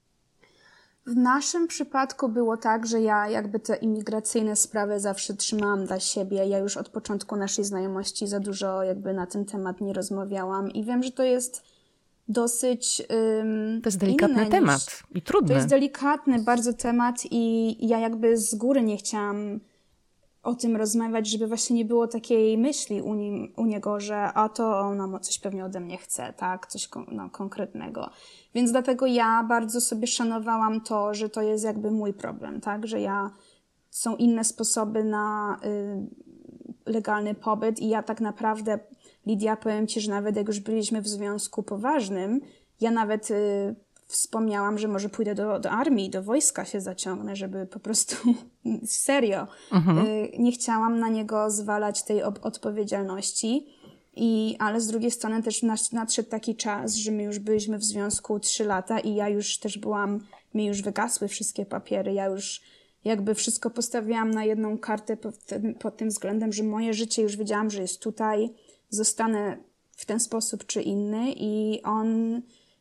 W naszym przypadku było tak, że ja jakby te imigracyjne sprawy zawsze trzymałam dla siebie. Ja już od początku naszej znajomości za dużo jakby na ten temat nie rozmawiałam i wiem, że to jest dosyć um, To jest delikatny temat i trudny. To jest delikatny bardzo temat i ja jakby z góry nie chciałam o tym rozmawiać, żeby właśnie nie było takiej myśli u, nim, u niego, że a to ona coś pewnie ode mnie chce, tak, coś no, konkretnego. Więc dlatego ja bardzo sobie szanowałam to, że to jest jakby mój problem, tak, że ja są inne sposoby na y, legalny pobyt i ja tak naprawdę, Lidia, powiem ci, że nawet jak już byliśmy w związku poważnym, ja nawet y, wspomniałam, że może pójdę do, do armii, do wojska się zaciągnę, żeby po prostu serio. Mhm. Y, nie chciałam na niego zwalać tej ob- odpowiedzialności. I, ale z drugiej strony też nadszedł taki czas, że my już byliśmy w związku trzy lata i ja już też byłam, mi już wygasły wszystkie papiery, ja już jakby wszystko postawiłam na jedną kartę pod tym, pod tym względem, że moje życie już wiedziałam, że jest tutaj, zostanę w ten sposób czy inny i on,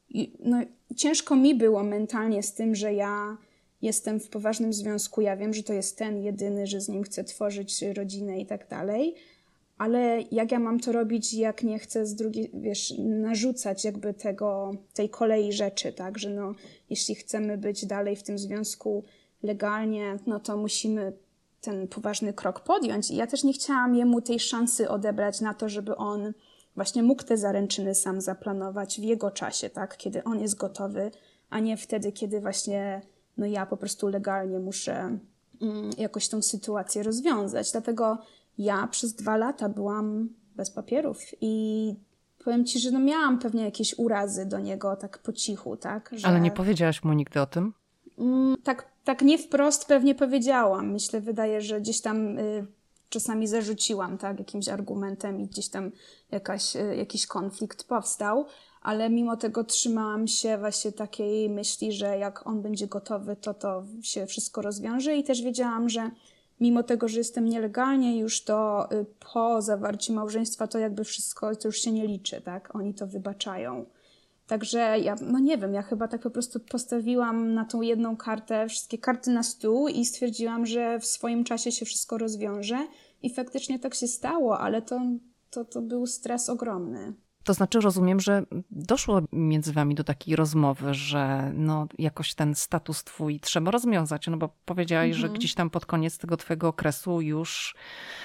no ciężko mi było mentalnie z tym, że ja jestem w poważnym związku, ja wiem, że to jest ten jedyny, że z nim chcę tworzyć rodzinę i tak dalej, ale jak ja mam to robić, jak nie chcę z drugiej, wiesz, narzucać jakby tego, tej kolei rzeczy, tak, że no, jeśli chcemy być dalej w tym związku legalnie, no to musimy ten poważny krok podjąć. I ja też nie chciałam jemu tej szansy odebrać na to, żeby on właśnie mógł te zaręczyny sam zaplanować w jego czasie, tak, kiedy on jest gotowy, a nie wtedy, kiedy właśnie no ja po prostu legalnie muszę mm, jakoś tą sytuację rozwiązać. Dlatego ja przez dwa lata byłam bez papierów i powiem ci, że no miałam pewnie jakieś urazy do niego tak po cichu, tak? Że, Ale nie powiedziałaś mu nigdy o tym? Mm, tak, tak nie wprost pewnie powiedziałam. Myślę, wydaje, że gdzieś tam y, czasami zarzuciłam, tak? Jakimś argumentem i gdzieś tam jakaś, y, jakiś konflikt powstał, ale mimo tego trzymałam się właśnie takiej myśli, że jak on będzie gotowy, to to się wszystko rozwiąże i też wiedziałam, że mimo tego, że jestem nielegalnie już to y, po zawarciu małżeństwa, to jakby wszystko, to już się nie liczy, tak? Oni to wybaczają. Także ja, no nie wiem, ja chyba tak po prostu postawiłam na tą jedną kartę wszystkie karty na stół i stwierdziłam, że w swoim czasie się wszystko rozwiąże i faktycznie tak się stało, ale to, to, to był stres ogromny. To znaczy rozumiem, że doszło między wami do takiej rozmowy, że no jakoś ten status twój trzeba rozwiązać, no bo powiedziałaś, mhm. że gdzieś tam pod koniec tego twojego okresu już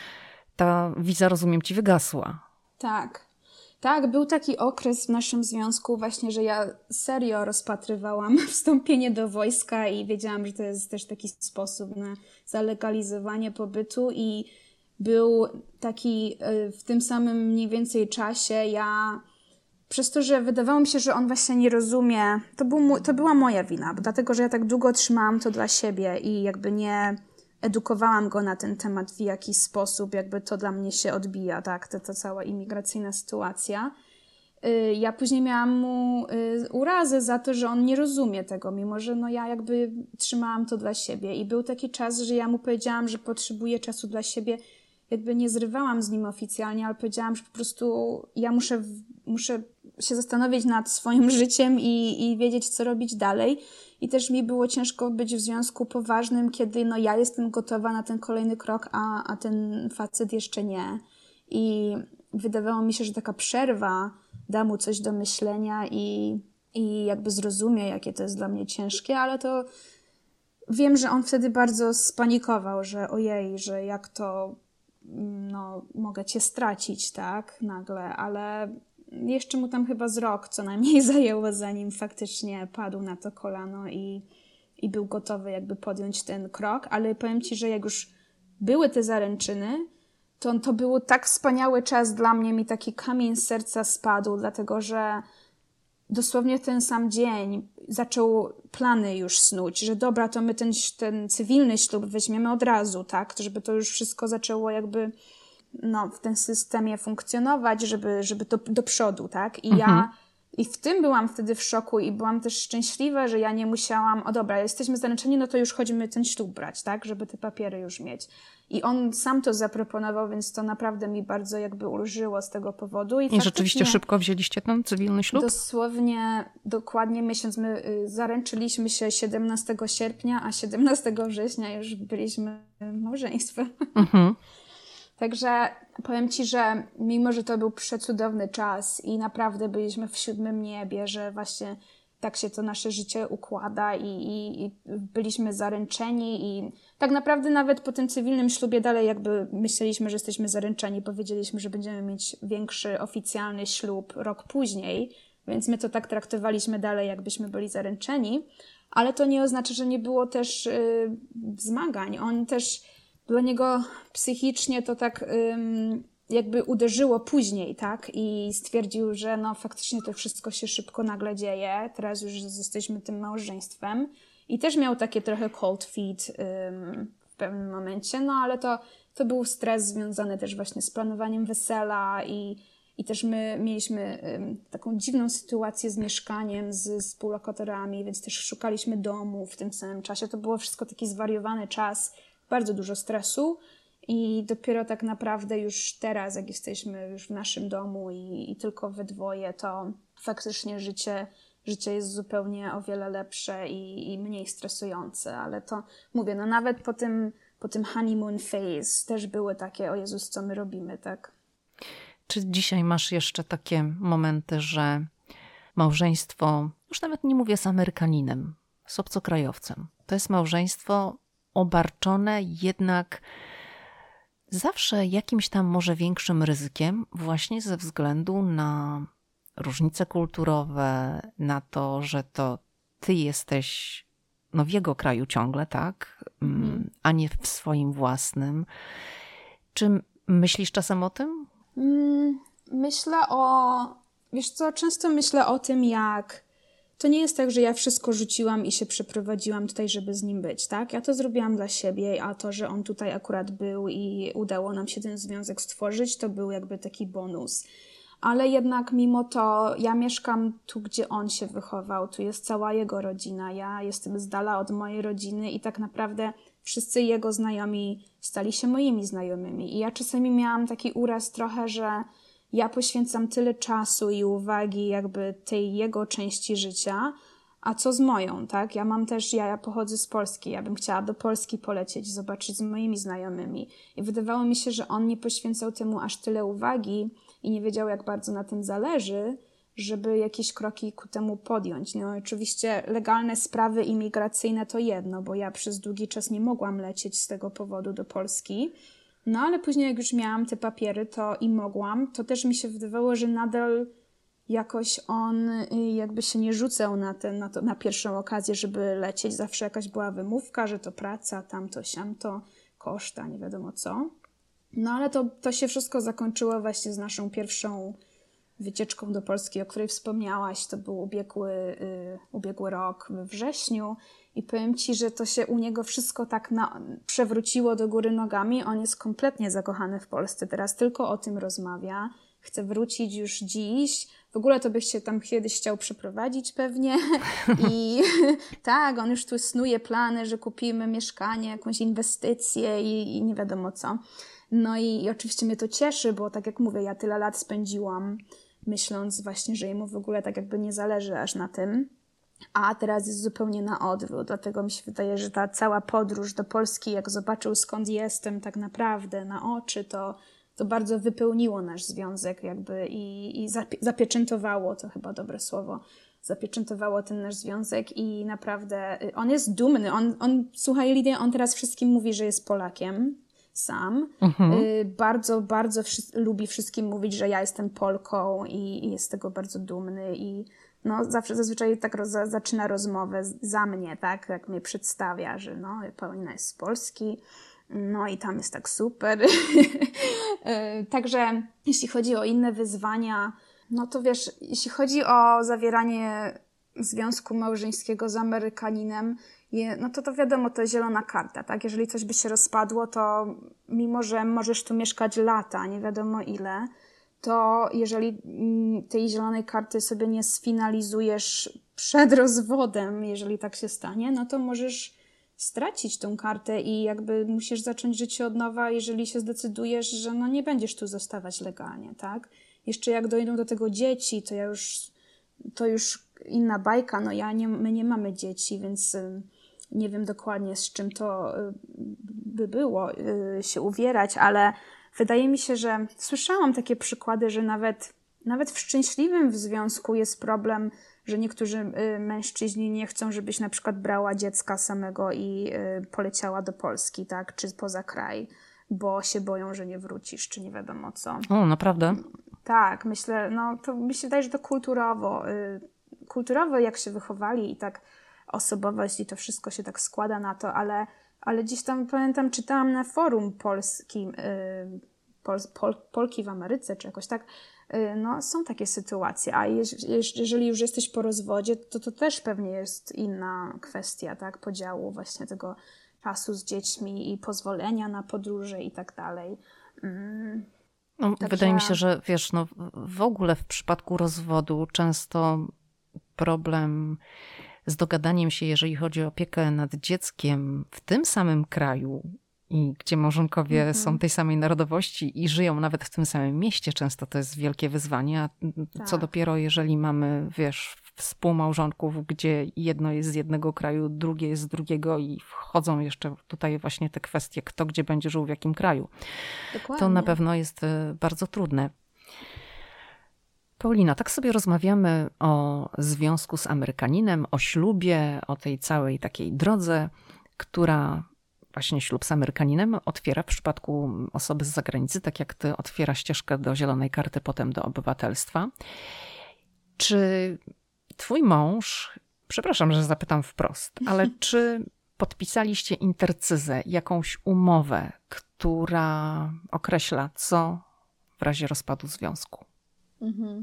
ta wiza, rozumiem, ci wygasła. Tak. Tak, był taki okres w naszym związku właśnie, że ja serio rozpatrywałam wstąpienie do wojska i wiedziałam, że to jest też taki sposób na zalegalizowanie pobytu i był taki w tym samym mniej więcej czasie ja przez to, że wydawało mi się, że on właśnie nie rozumie, to, był mój, to była moja wina, bo dlatego, że ja tak długo trzymałam to dla siebie i jakby nie edukowałam go na ten temat w jakiś sposób, jakby to dla mnie się odbija, tak, ta, ta cała imigracyjna sytuacja. Ja później miałam mu urazę za to, że on nie rozumie tego, mimo że no ja jakby trzymałam to dla siebie i był taki czas, że ja mu powiedziałam, że potrzebuję czasu dla siebie, jakby nie zrywałam z nim oficjalnie, ale powiedziałam, że po prostu ja muszę, muszę się zastanowić nad swoim życiem i, i wiedzieć, co robić dalej. I też mi było ciężko być w związku poważnym, kiedy no ja jestem gotowa na ten kolejny krok, a, a ten facet jeszcze nie. I wydawało mi się, że taka przerwa da mu coś do myślenia i, i jakby zrozumie, jakie to jest dla mnie ciężkie, ale to wiem, że on wtedy bardzo spanikował, że ojej, że jak to no, mogę cię stracić, tak, nagle, ale jeszcze mu tam chyba z rok co najmniej zajęło, zanim faktycznie padł na to kolano i, i był gotowy jakby podjąć ten krok, ale powiem ci, że jak już były te zaręczyny, to to był tak wspaniały czas dla mnie, mi taki kamień z serca spadł, dlatego że dosłownie w ten sam dzień zaczął plany już snuć, że dobra, to my ten, ten cywilny ślub weźmiemy od razu, tak, żeby to już wszystko zaczęło jakby no, w tym systemie funkcjonować, żeby, żeby to do przodu, tak, i mhm. ja i w tym byłam wtedy w szoku i byłam też szczęśliwa, że ja nie musiałam, o dobra, jesteśmy zaręczeni, no to już chodzimy ten ślub brać, tak, żeby te papiery już mieć. I on sam to zaproponował, więc to naprawdę mi bardzo jakby ulżyło z tego powodu. I, I rzeczywiście szybko wzięliście ten cywilny ślub? Dosłownie, dokładnie miesiąc. My y, zaręczyliśmy się siedemnastego sierpnia, a siedemnastego września już byliśmy małżeństwem. Mhm. Także powiem ci, że mimo, że to był przecudowny czas i naprawdę byliśmy w siódmym niebie, że właśnie tak się to nasze życie układa i, i, i byliśmy zaręczeni i tak naprawdę nawet po tym cywilnym ślubie dalej jakby myśleliśmy, że jesteśmy zaręczeni, powiedzieliśmy, że będziemy mieć większy oficjalny ślub rok później, więc my to tak traktowaliśmy dalej, jakbyśmy byli zaręczeni, ale to nie oznacza, że nie było też y, zmagań. On też, dla niego psychicznie to tak ym, jakby uderzyło później, tak? I stwierdził, że no faktycznie to wszystko się szybko nagle dzieje. Teraz już jesteśmy tym małżeństwem. I też miał takie trochę cold feet ym, w pewnym momencie, no ale to, to był stres związany też właśnie z planowaniem wesela i, i też my mieliśmy ym, taką dziwną sytuację z mieszkaniem, z współlokatorami, więc też szukaliśmy domu w tym samym czasie. To było wszystko taki zwariowany czas, bardzo dużo stresu. I dopiero tak naprawdę już teraz, jak jesteśmy już w naszym domu i, i tylko we dwoje, to faktycznie życie, życie jest zupełnie o wiele lepsze i, i mniej stresujące. Ale to mówię, no nawet po tym, po tym honeymoon phase też były takie, o Jezus, co my robimy, tak? Czy dzisiaj masz jeszcze takie momenty, że małżeństwo, już nawet nie mówię z Amerykaninem, z obcokrajowcem, to jest małżeństwo obarczone jednak zawsze jakimś tam może większym ryzykiem właśnie ze względu na różnice kulturowe, na to, że to ty jesteś no, w jego kraju ciągle, tak? Mm. A nie w swoim własnym. Czy myślisz czasem o tym? Myślę o... Wiesz co, często myślę o tym, jak to nie jest tak, że ja wszystko rzuciłam i się przeprowadziłam tutaj, żeby z nim być, tak? Ja to zrobiłam dla siebie, a to, że on tutaj akurat był i udało nam się ten związek stworzyć, to był jakby taki bonus. Ale jednak mimo to ja mieszkam tu, gdzie on się wychował, tu jest cała jego rodzina, ja jestem z dala od mojej rodziny i tak naprawdę wszyscy jego znajomi stali się moimi znajomymi. I ja czasami miałam taki uraz trochę, że ja poświęcam tyle czasu i uwagi jakby tej jego części życia, a co z moją, tak? Ja mam też, ja, ja pochodzę z Polski, ja bym chciała do Polski polecieć, zobaczyć z moimi znajomymi. I wydawało mi się, że on nie poświęcał temu aż tyle uwagi i nie wiedział, jak bardzo na tym zależy, żeby jakieś kroki ku temu podjąć. No oczywiście legalne sprawy imigracyjne to jedno, bo ja przez długi czas nie mogłam lecieć z tego powodu do Polski. No ale później jak już miałam te papiery to i mogłam, to też mi się wydawało, że nadal jakoś on jakby się nie rzucał na, ten, na, to, na pierwszą okazję, żeby lecieć. Zawsze jakaś była wymówka, że to praca, tamto, siamto, koszta, nie wiadomo co. No ale to, to się wszystko zakończyło właśnie z naszą pierwszą wycieczką do Polski, o której wspomniałaś. To był ubiegły, y, ubiegły rok we wrześniu i powiem Ci, że to się u niego wszystko tak na, przewróciło do góry nogami. On jest kompletnie zakochany w Polsce. Teraz tylko o tym rozmawia. Chce wrócić już dziś. W ogóle to by się tam kiedyś chciał przeprowadzić pewnie. I tak, on już tu snuje plany, że kupimy mieszkanie, jakąś inwestycję i, i nie wiadomo co. No i, i oczywiście mnie to cieszy, bo tak jak mówię, ja tyle lat spędziłam myśląc właśnie, że jemu w ogóle tak jakby nie zależy aż na tym. A teraz jest zupełnie na odwrót. Dlatego mi się wydaje, że ta cała podróż do Polski, jak zobaczył skąd jestem tak naprawdę na oczy, to to bardzo wypełniło nasz związek jakby i, i zapieczętowało, to chyba dobre słowo, zapieczętowało ten nasz związek i naprawdę on jest dumny. On, on słuchaj Lidia, on teraz wszystkim mówi, że jest Polakiem sam. Mhm. Y, bardzo, bardzo wszy- lubi wszystkim mówić, że ja jestem Polką i, i jest z tego bardzo dumny i no zawsze zazwyczaj tak roz, zaczyna rozmowę z, za mnie, tak, jak mnie przedstawia, że no Paulina jest z Polski. No i tam jest tak super. Także jeśli chodzi o inne wyzwania, no to wiesz, jeśli chodzi o zawieranie związku małżeńskiego z Amerykaninem, je, no to to wiadomo, to jest zielona karta, tak? Jeżeli coś by się rozpadło, to mimo, że możesz tu mieszkać lata, nie wiadomo ile, to jeżeli tej zielonej karty sobie nie sfinalizujesz przed rozwodem, jeżeli tak się stanie, no to możesz stracić tą kartę i jakby musisz zacząć życie od nowa, jeżeli się zdecydujesz, że no nie będziesz tu zostawać legalnie, tak? Jeszcze jak dojdą do tego dzieci, to ja już, to już inna bajka, no ja nie, my nie mamy dzieci, więc y, nie wiem dokładnie z czym to y, by było y, się uwierać, ale wydaje mi się, że słyszałam takie przykłady, że nawet, nawet w szczęśliwym związku jest problem, że niektórzy y, mężczyźni nie chcą, żebyś na przykład brała dziecka samego i y, poleciała do Polski, tak, czy poza kraj, bo się boją, że nie wrócisz, czy nie wiadomo co. O, naprawdę? Tak, myślę, no to mi się wydaje, że to kulturowo, y, kulturowo jak się wychowali i tak osobowość i to wszystko się tak składa na to, ale, ale gdzieś tam, pamiętam, czytałam na forum polskim, y, Pol, Pol, Polki w Ameryce, czy jakoś tak, no są takie sytuacje, a jeżeli już jesteś po rozwodzie, to to też pewnie jest inna kwestia, tak, podziału właśnie tego czasu z dziećmi i pozwolenia na podróże i tak dalej. Mm. No, Także... Wydaje mi się, że wiesz, no w ogóle w przypadku rozwodu często problem z dogadaniem się, jeżeli chodzi o opiekę nad dzieckiem w tym samym kraju, i gdzie małżonkowie mm-hmm. są tej samej narodowości i żyją nawet w tym samym mieście, często to jest wielkie wyzwanie, a tak. Co dopiero jeżeli mamy, wiesz, współmałżonków, gdzie jedno jest z jednego kraju, drugie jest z drugiego i wchodzą jeszcze tutaj właśnie te kwestie, kto gdzie będzie żył, w jakim kraju. Dokładnie. To na pewno jest bardzo trudne. Paulina, tak sobie rozmawiamy o związku z Amerykaninem, o ślubie, o tej całej takiej drodze, która właśnie ślub z Amerykaninem otwiera w przypadku osoby z zagranicy, tak jak ty, otwiera ścieżkę do zielonej karty, potem do obywatelstwa. Czy twój mąż, przepraszam, że zapytam wprost, ale czy podpisaliście intercyzę, jakąś umowę, która określa, co w razie rozpadu związku? Mhm.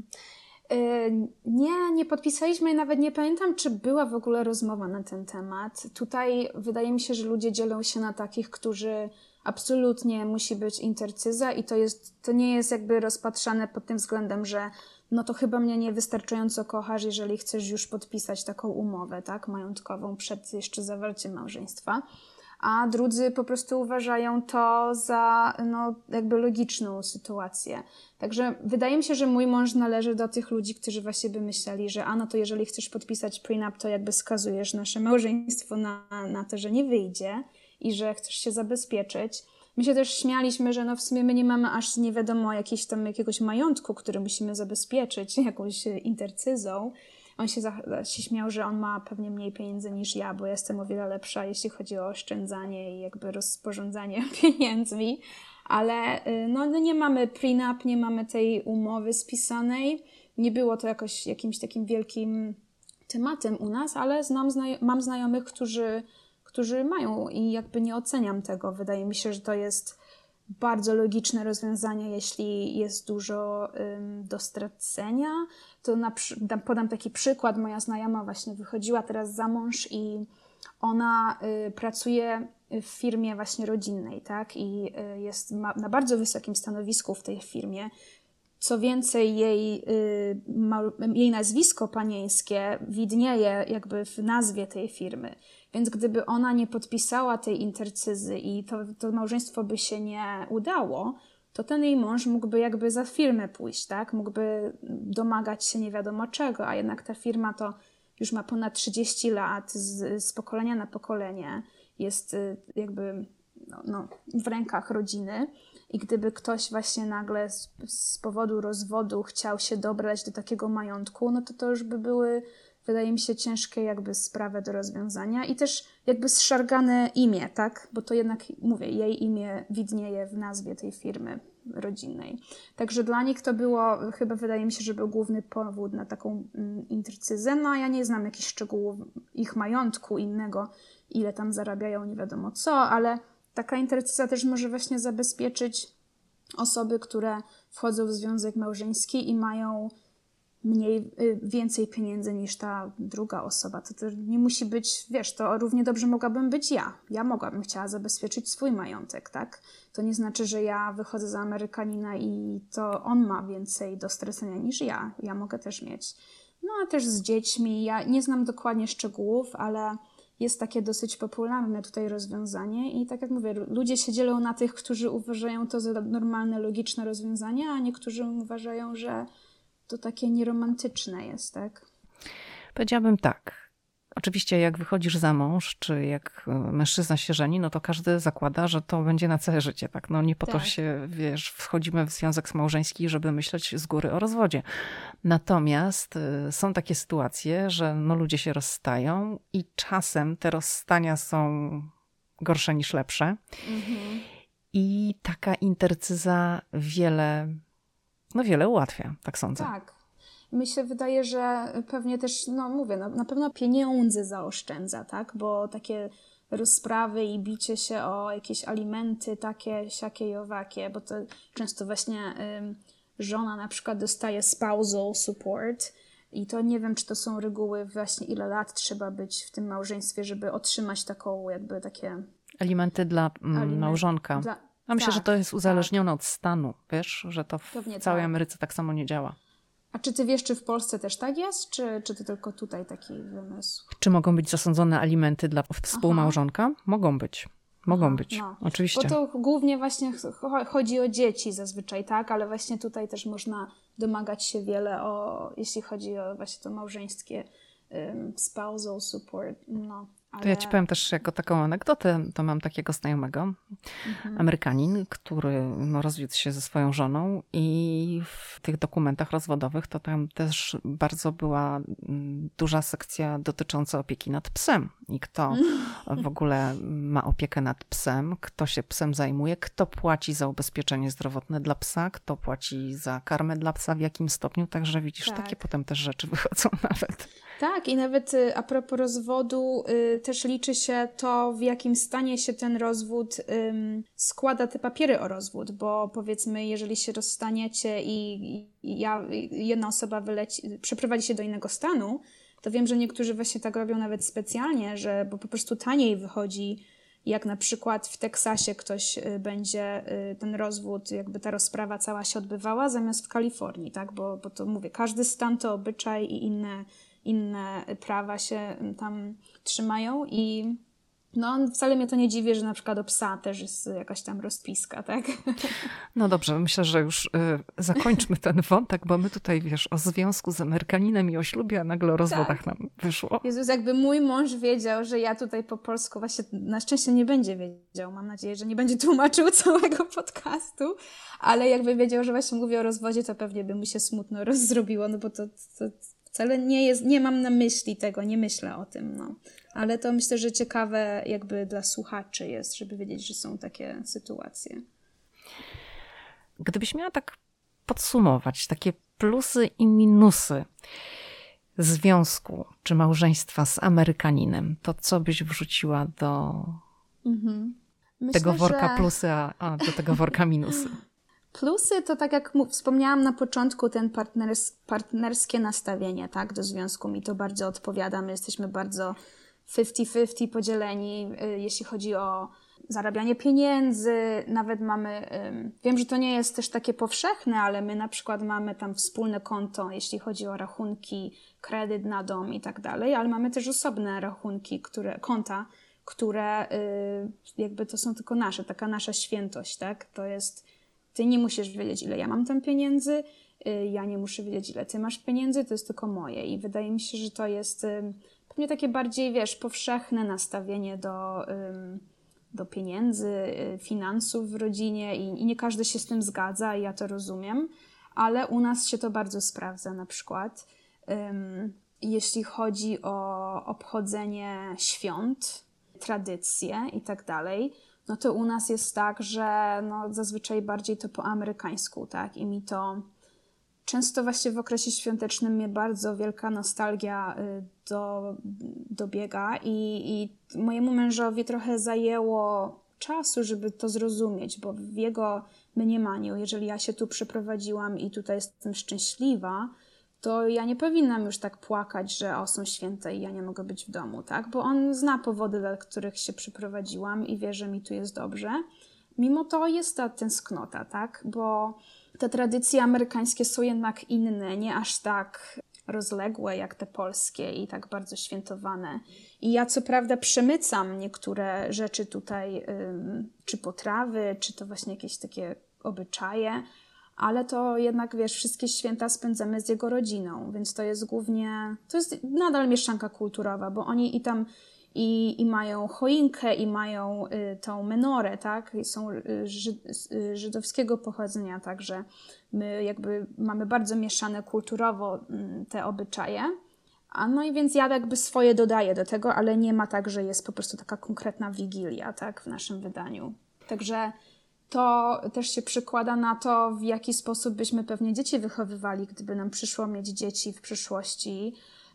Nie, nie podpisaliśmy i nawet nie pamiętam, czy była w ogóle rozmowa na ten temat. Tutaj wydaje mi się, że ludzie dzielą się na takich, którzy absolutnie musi być intercyza i to jest, to nie jest jakby rozpatrzane pod tym względem, że no to chyba mnie niewystarczająco kochasz, jeżeli chcesz już podpisać taką umowę, tak, majątkową przed jeszcze zawarciem małżeństwa. A drudzy po prostu uważają to za no, jakby logiczną sytuację. Także wydaje mi się, że mój mąż należy do tych ludzi, którzy właśnie by myśleli, że a no to jeżeli chcesz podpisać prenup, to jakby skazujesz nasze małżeństwo na, na to, że nie wyjdzie i że chcesz się zabezpieczyć. My się też śmialiśmy, że no w sumie my nie mamy aż nie wiadomo jakiegoś tam jakiegoś majątku, który musimy zabezpieczyć jakąś intercyzą. On się, za, się śmiał, że on ma pewnie mniej pieniędzy niż ja, bo jestem o wiele lepsza, jeśli chodzi o oszczędzanie i jakby rozporządzanie pieniędzmi. Ale no, no nie mamy prenup, nie mamy tej umowy spisanej. Nie było to jakoś jakimś takim wielkim tematem u nas, ale znam, znaj- mam znajomych, którzy, którzy mają i jakby nie oceniam tego. Wydaje mi się, że to jest bardzo logiczne rozwiązanie, jeśli jest dużo ym, do stracenia. To na, podam taki przykład. Moja znajoma właśnie wychodziła teraz za mąż i ona y, pracuje w firmie właśnie rodzinnej, tak? I y, jest ma, na bardzo wysokim stanowisku w tej firmie. Co więcej, jej, y, ma, jej nazwisko panieńskie widnieje jakby w nazwie tej firmy. Więc gdyby ona nie podpisała tej intercyzy i to, to małżeństwo by się nie udało, to ten jej mąż mógłby jakby za firmę pójść, tak? Mógłby domagać się nie wiadomo czego, a jednak ta firma to już ma ponad trzydzieści lat, z, z pokolenia na pokolenie jest jakby no, no, w rękach rodziny. I gdyby ktoś właśnie nagle z, z powodu rozwodu chciał się dobrać do takiego majątku, no to to już by były, wydaje mi się, ciężkie jakby sprawy do rozwiązania i też jakby zszargane imię, tak? Bo to jednak, mówię, jej imię widnieje w nazwie tej firmy rodzinnej. Także dla nich to było, chyba wydaje mi się, że był główny powód na taką mm, intercyzę. No a ja nie znam jakichś szczegółów ich majątku innego, ile tam zarabiają, nie wiadomo co, ale taka intercyza też może właśnie zabezpieczyć osoby, które wchodzą w związek małżeński i mają mniej, więcej pieniędzy niż ta druga osoba. To, to nie musi być, wiesz, to równie dobrze mogłabym być ja. Ja mogłabym chciała zabezpieczyć swój majątek, tak? To nie znaczy, że ja wychodzę za Amerykanina i to on ma więcej do stracenia niż ja. Ja mogę też mieć. No a też z dziećmi. Ja nie znam dokładnie szczegółów, ale jest takie dosyć popularne tutaj rozwiązanie i tak jak mówię, ludzie się dzielą na tych, którzy uważają to za normalne, logiczne rozwiązanie, a niektórzy uważają, że to takie nieromantyczne jest, tak? Powiedziałabym tak. Oczywiście jak wychodzisz za mąż, czy jak mężczyzna się żeni, no to każdy zakłada, że to będzie na całe życie, tak? No nie po tak. to się, wiesz, wchodzimy w związek małżeński, żeby myśleć z góry o rozwodzie. Natomiast są takie sytuacje, że no ludzie się rozstają i czasem te rozstania są gorsze niż lepsze. Mhm. I taka intercyza wiele, no wiele ułatwia, tak sądzę. Tak. Mi się wydaje, że pewnie też, no mówię, no, na pewno pieniądze zaoszczędza, tak? Bo takie rozprawy i bicie się o jakieś alimenty takie, siakie i owakie, bo to często właśnie ym, żona na przykład dostaje spousal support i to nie wiem, czy to są reguły właśnie ile lat trzeba być w tym małżeństwie, żeby otrzymać taką jakby takie... Alimenty dla mm, Aliment, małżonka. Dla, A myślę, tak, że to jest uzależnione tak. od stanu, wiesz, że to w Pewnie całej tak. Ameryce tak samo nie działa. A czy ty wiesz, czy w Polsce też tak jest, czy, czy to tylko tutaj taki wymysł? Czy mogą być zasądzone alimenty dla współmałżonka? Aha. Mogą być. Mogą Aha, być, no. Oczywiście. Bo to głównie właśnie chodzi o dzieci zazwyczaj, tak? Ale właśnie tutaj też można domagać się wiele, o, jeśli chodzi o właśnie to małżeńskie um, spousal support. No. Ale... To ja ci powiem też jako taką anegdotę, to mam takiego znajomego, mhm. Amerykanin, który no, rozwiódł się ze swoją żoną i w tych dokumentach rozwodowych to tam też bardzo była duża sekcja dotycząca opieki nad psem i kto w ogóle ma opiekę nad psem, kto się psem zajmuje, kto płaci za ubezpieczenie zdrowotne dla psa, kto płaci za karmę dla psa, w jakim stopniu, także widzisz, tak. takie potem też rzeczy wychodzą nawet. Tak, i nawet a propos rozwodu, y, też liczy się to, w jakim stanie się ten rozwód ym, składa te papiery o rozwód, bo powiedzmy, jeżeli się rozstaniecie i, i ja, jedna osoba wyleci, przeprowadzi się do innego stanu, to wiem, że niektórzy właśnie tak robią nawet specjalnie, że bo po prostu taniej wychodzi, jak na przykład w Teksasie ktoś y, będzie, y, ten rozwód, jakby ta rozprawa cała się odbywała, zamiast w Kalifornii, tak, bo, bo to mówię, każdy stan to obyczaj i inne inne prawa się tam trzymają i no wcale mnie to nie dziwi, że na przykład o psa też jest jakaś tam rozpiska, tak? No dobrze, myślę, że już y, zakończmy ten wątek, bo my tutaj, wiesz, o związku z Amerykaninem i o ślubie, a nagle o rozwodach tak. nam wyszło. Jezus, jakby mój mąż wiedział, że ja tutaj po polsku właśnie, na szczęście nie będzie wiedział, mam nadzieję, że nie będzie tłumaczył całego podcastu, ale jakby wiedział, że właśnie mówię o rozwodzie, to pewnie by mu się smutno rozzrobiło, no bo to... to wcale nie jest, nie mam na myśli tego, nie myślę o tym, no. Ale to myślę, że ciekawe jakby dla słuchaczy jest, żeby wiedzieć, że są takie sytuacje. Gdybyś miała tak podsumować takie plusy i minusy związku czy małżeństwa z Amerykaninem, to co byś wrzuciła do... Mhm. Myślę, tego worka że... plusy, a, a do tego worka minusy? Plusy to, tak jak wspomniałam na początku, ten partners, partnerskie nastawienie, tak, do związku mi to bardzo odpowiada. My jesteśmy bardzo fifty fifty podzieleni, jeśli chodzi o zarabianie pieniędzy. Nawet mamy, wiem, że to nie jest też takie powszechne, ale my na przykład mamy tam wspólne konto, jeśli chodzi o rachunki, kredyt na dom i tak dalej, ale mamy też osobne rachunki, które, konta, które jakby to są tylko nasze, taka nasza świętość, tak, to jest... Ty nie musisz wiedzieć, ile ja mam tam pieniędzy, ja nie muszę wiedzieć, ile ty masz pieniędzy, to jest tylko moje. I wydaje mi się, że to jest pewnie takie bardziej, wiesz, powszechne nastawienie do, do pieniędzy, finansów w rodzinie i, i nie każdy się z tym zgadza i ja to rozumiem, ale u nas się to bardzo sprawdza na przykład. Jeśli chodzi o obchodzenie świąt, tradycje i tak dalej, no to u nas jest tak, że no zazwyczaj bardziej to po amerykańsku, tak? I mi to często właśnie w okresie świątecznym mnie bardzo wielka nostalgia do, dobiega i, i mojemu mężowi trochę zajęło czasu, żeby to zrozumieć, bo w jego mniemaniu, jeżeli ja się tu przeprowadziłam i tutaj jestem szczęśliwa, to ja nie powinnam już tak płakać, że o, są święta i ja nie mogę być w domu, tak? Bo on zna powody, dla których się przeprowadziłam i wie, że mi tu jest dobrze. Mimo to jest ta tęsknota, tak? Bo te tradycje amerykańskie są jednak inne, nie aż tak rozległe jak te polskie i tak bardzo świętowane. I ja co prawda przemycam niektóre rzeczy tutaj, ym, czy potrawy, czy to właśnie jakieś takie obyczaje, ale to jednak, wiesz, wszystkie święta spędzamy z jego rodziną, więc to jest głównie, to jest nadal mieszanka kulturowa, bo oni i tam i, i mają choinkę, i mają y, tą menorę, tak, I są y, żyd, y, żydowskiego pochodzenia, także my jakby mamy bardzo mieszane kulturowo y, te obyczaje, a no i więc ja jakby swoje dodaję do tego, ale nie ma tak, że jest po prostu taka konkretna wigilia, tak, w naszym wydaniu. Także to też się przekłada na to, w jaki sposób byśmy pewnie dzieci wychowywali, gdyby nam przyszło mieć dzieci w przyszłości,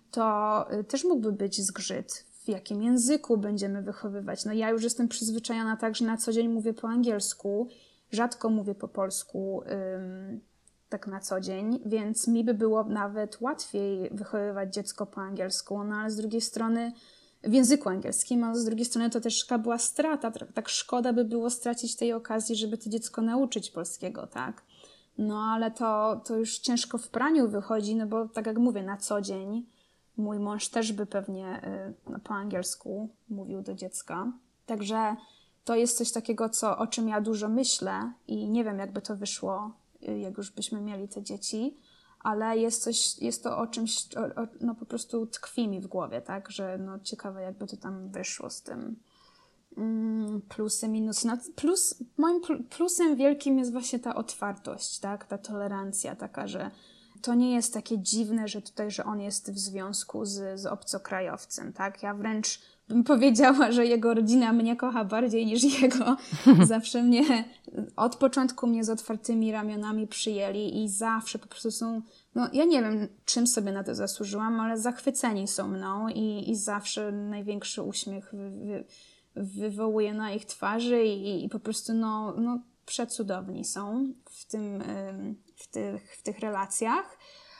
to też mógłby być zgrzyt, w jakim języku będziemy wychowywać. No ja już jestem przyzwyczajona tak, że na co dzień mówię po angielsku, rzadko mówię po polsku ym, tak na co dzień, więc mi by było nawet łatwiej wychowywać dziecko po angielsku, no ale z drugiej strony w języku angielskim, a z drugiej strony to też taka była strata, tak szkoda by było stracić tej okazji, żeby to dziecko nauczyć polskiego, tak? No ale to, to już ciężko w praniu wychodzi, no bo tak jak mówię, na co dzień mój mąż też by pewnie y, po angielsku mówił do dziecka. Także to jest coś takiego, co, o czym ja dużo myślę i nie wiem, jakby to wyszło, y, jak już byśmy mieli te dzieci, ale jest coś, jest to o czymś, o, o, no po prostu tkwi mi w głowie, tak, że no ciekawe jakby to tam wyszło z tym. Mm, plusy, minusy. No, plus, moim plusem wielkim jest właśnie ta otwartość, tak, ta tolerancja taka, że to nie jest takie dziwne, że tutaj, że on jest w związku z, z obcokrajowcem, tak, ja wręcz bym powiedziała, że jego rodzina mnie kocha bardziej niż jego. Zawsze mnie, od początku mnie z otwartymi ramionami przyjęli i zawsze po prostu są, no ja nie wiem, czym sobie na to zasłużyłam, ale zachwyceni są mną i, i zawsze największy uśmiech wy, wy, wywołuje na ich twarzy i, i po prostu no, no przecudowni są w tym, w tych, w tych relacjach.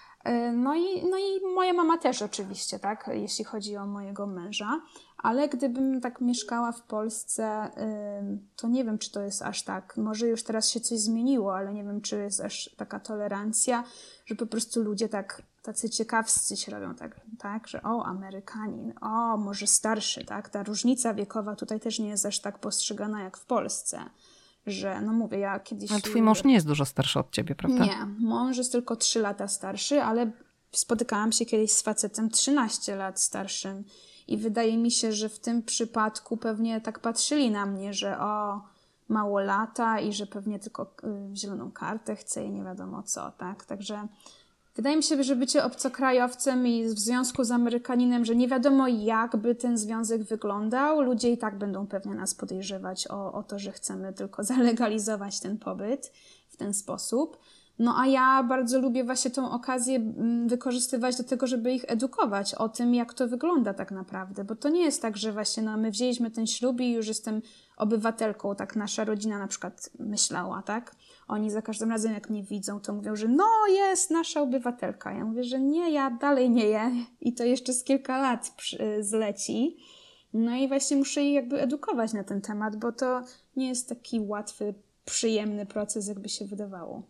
No i, no i moja mama też oczywiście, tak, jeśli chodzi o mojego męża, ale gdybym tak mieszkała w Polsce, to nie wiem, czy to jest aż tak, może już teraz się coś zmieniło, ale nie wiem, czy jest aż taka tolerancja, że po prostu ludzie tak, tacy ciekawscy się robią, tak, tak, że o, Amerykanin, o, może starszy, tak, ta różnica wiekowa tutaj też nie jest aż tak postrzegana jak w Polsce. Że, no mówię, ja kiedyś... A twój mąż nie jest dużo starszy od ciebie, prawda? Nie, mąż jest tylko trzy lata starszy, ale spotykałam się kiedyś z facetem trzynaście lat starszym i wydaje mi się, że w tym przypadku pewnie tak patrzyli na mnie, że o, mało lata i że pewnie tylko y, zieloną kartę chce i nie wiadomo co, tak? Także wydaje mi się, że bycie obcokrajowcem i w związku z Amerykaninem, że nie wiadomo jak by ten związek wyglądał, ludzie i tak będą pewnie nas podejrzewać o, o to, że chcemy tylko zalegalizować ten pobyt w ten sposób. No a ja bardzo lubię właśnie tą okazję wykorzystywać do tego, żeby ich edukować o tym, jak to wygląda tak naprawdę. Bo to nie jest tak, że właśnie no, my wzięliśmy ten ślub i już jestem obywatelką, tak nasza rodzina na przykład myślała, tak? Oni za każdym razem, jak mnie widzą, to mówią, że no jest nasza obywatelka. Ja mówię, że nie, ja dalej nie je i to jeszcze z kilka lat przy, zleci. No i właśnie muszę ich jakby edukować na ten temat, bo to nie jest taki łatwy, przyjemny proces, jakby się wydawało.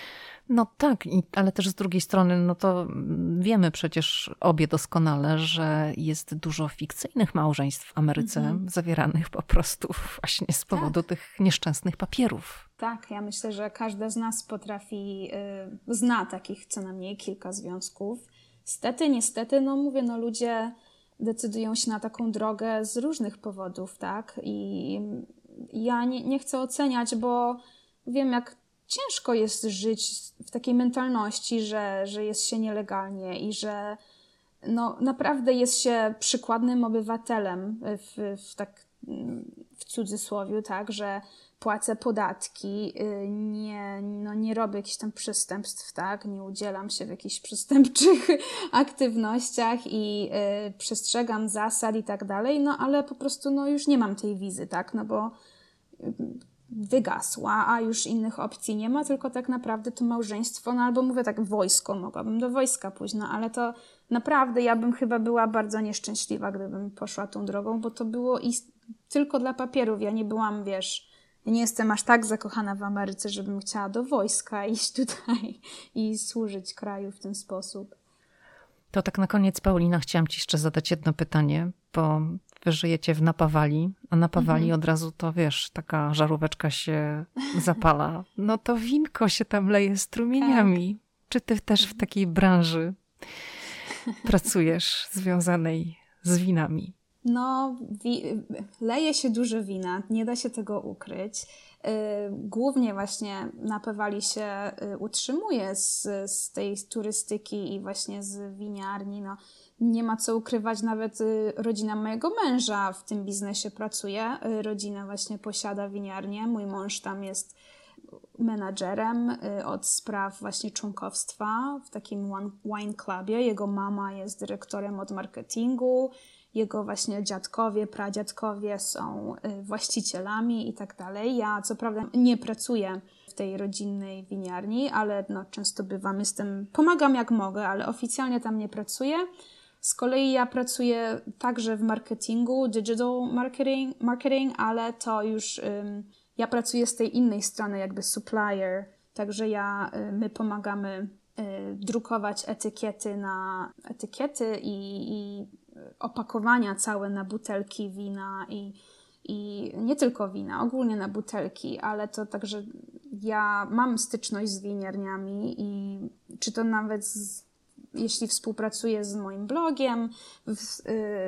No tak, i, ale też z drugiej strony, no to wiemy przecież obie doskonale, że jest dużo fikcyjnych małżeństw w Ameryce mhm. zawieranych po prostu właśnie z powodu tak. tych nieszczęsnych papierów. Tak, ja myślę, że każda z nas potrafi, yy, zna takich co najmniej kilka związków. Stety, niestety, no mówię, no ludzie decydują się na taką drogę z różnych powodów, tak? I ja nie, nie chcę oceniać, bo wiem, jak ciężko jest żyć w takiej mentalności, że, że jest się nielegalnie i że no, naprawdę jest się przykładnym obywatelem w, w, tak, w cudzysłowie, tak, że płacę podatki, nie, no, nie robię jakichś tam przestępstw, tak, nie udzielam się w jakichś przestępczych aktywnościach i y, przestrzegam zasad i tak dalej, no ale po prostu no, już nie mam tej wizy, tak, no bo y, wygasła, a już innych opcji nie ma, tylko tak naprawdę to małżeństwo, no albo mówię tak, wojsko, mogłabym do wojska pójść, no ale to naprawdę ja bym chyba była bardzo nieszczęśliwa, gdybym poszła tą drogą, bo to było i tylko dla papierów, ja nie byłam, wiesz, ja nie jestem aż tak zakochana w Ameryce, żebym chciała do wojska iść tutaj i służyć kraju w ten sposób. To tak na koniec, Paulina, chciałam ci jeszcze zadać jedno pytanie, bo wy żyjecie w Napa Valley, a Napa Valley mhm. od razu to, wiesz, taka żaróweczka się zapala. No to winko się tam leje strumieniami. Tak. Czy ty też w takiej branży pracujesz związanej z winami? No, wi- leje się dużo wina, nie da się tego ukryć. Yy, głównie właśnie Napa Valley się y, utrzymuje z, z tej turystyki i właśnie z winiarni. No, nie ma co ukrywać, nawet y, rodzina mojego męża w tym biznesie pracuje. Y, rodzina właśnie posiada winiarnię. Mój mąż tam jest menadżerem y, od spraw właśnie członkowstwa w takim wine clubie. Jego mama jest dyrektorem od marketingu. Jego właśnie dziadkowie, pradziadkowie są właścicielami i tak dalej. Ja co prawda nie pracuję w tej rodzinnej winiarni, ale no, często bywam, jestem, pomagam jak mogę, ale oficjalnie tam nie pracuję. Z kolei ja pracuję także w marketingu, digital marketing, marketing ale to już um, ja pracuję z tej innej strony, jakby supplier, także ja, my pomagamy y, drukować etykiety na etykiety i, i opakowania całe na butelki wina i, i nie tylko wina, ogólnie na butelki, ale to także ja mam styczność z winiarniami i czy to nawet z, jeśli współpracuję z moim blogiem, w,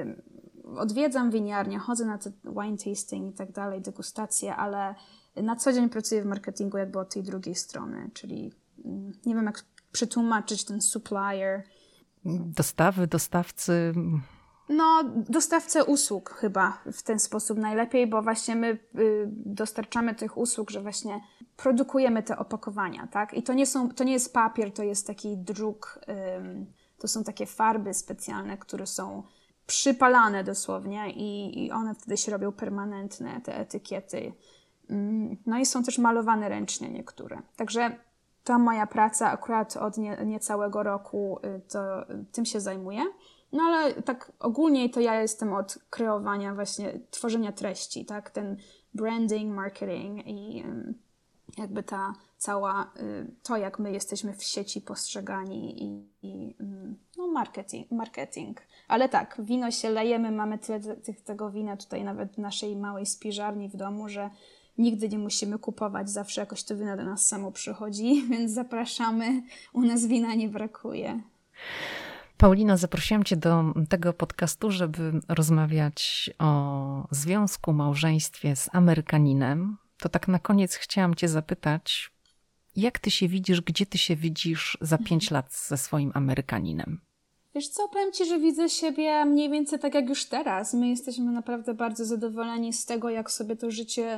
y, odwiedzam winiarnię, chodzę na te wine tasting i tak dalej, degustacje, ale na co dzień pracuję w marketingu jakby od tej drugiej strony, czyli y, nie wiem jak przetłumaczyć ten supplier. Dostawy, dostawcy... No, dostawcę usług chyba w ten sposób najlepiej, bo właśnie my y, dostarczamy tych usług, że właśnie produkujemy te opakowania, tak? I to nie są, to nie jest papier, to jest taki druk, y, to są takie farby specjalne, które są przypalane dosłownie i, i one wtedy się robią permanentne, te etykiety. Y, no i są też malowane ręcznie niektóre. Także ta moja praca akurat od nie, niecałego roku y, to y, tym się zajmuję. No ale tak ogólnie to ja jestem od kreowania właśnie, tworzenia treści, tak? Ten branding, marketing i jakby ta cała, to jak my jesteśmy w sieci postrzegani i, i no marketing, marketing. Ale tak, wino się lejemy, mamy tyle tych, tego wina tutaj nawet w naszej małej spiżarni w domu, że nigdy nie musimy kupować, zawsze jakoś to wino do nas samo przychodzi, więc zapraszamy, u nas wina nie brakuje. Paulina, zaprosiłam cię do tego podcastu, żeby rozmawiać o związku, małżeństwie z Amerykaninem. To tak na koniec chciałam cię zapytać, jak ty się widzisz, gdzie ty się widzisz za pięć lat ze swoim Amerykaninem? Wiesz co, powiem ci, że widzę siebie mniej więcej tak jak już teraz. My jesteśmy naprawdę bardzo zadowoleni z tego, jak sobie to życie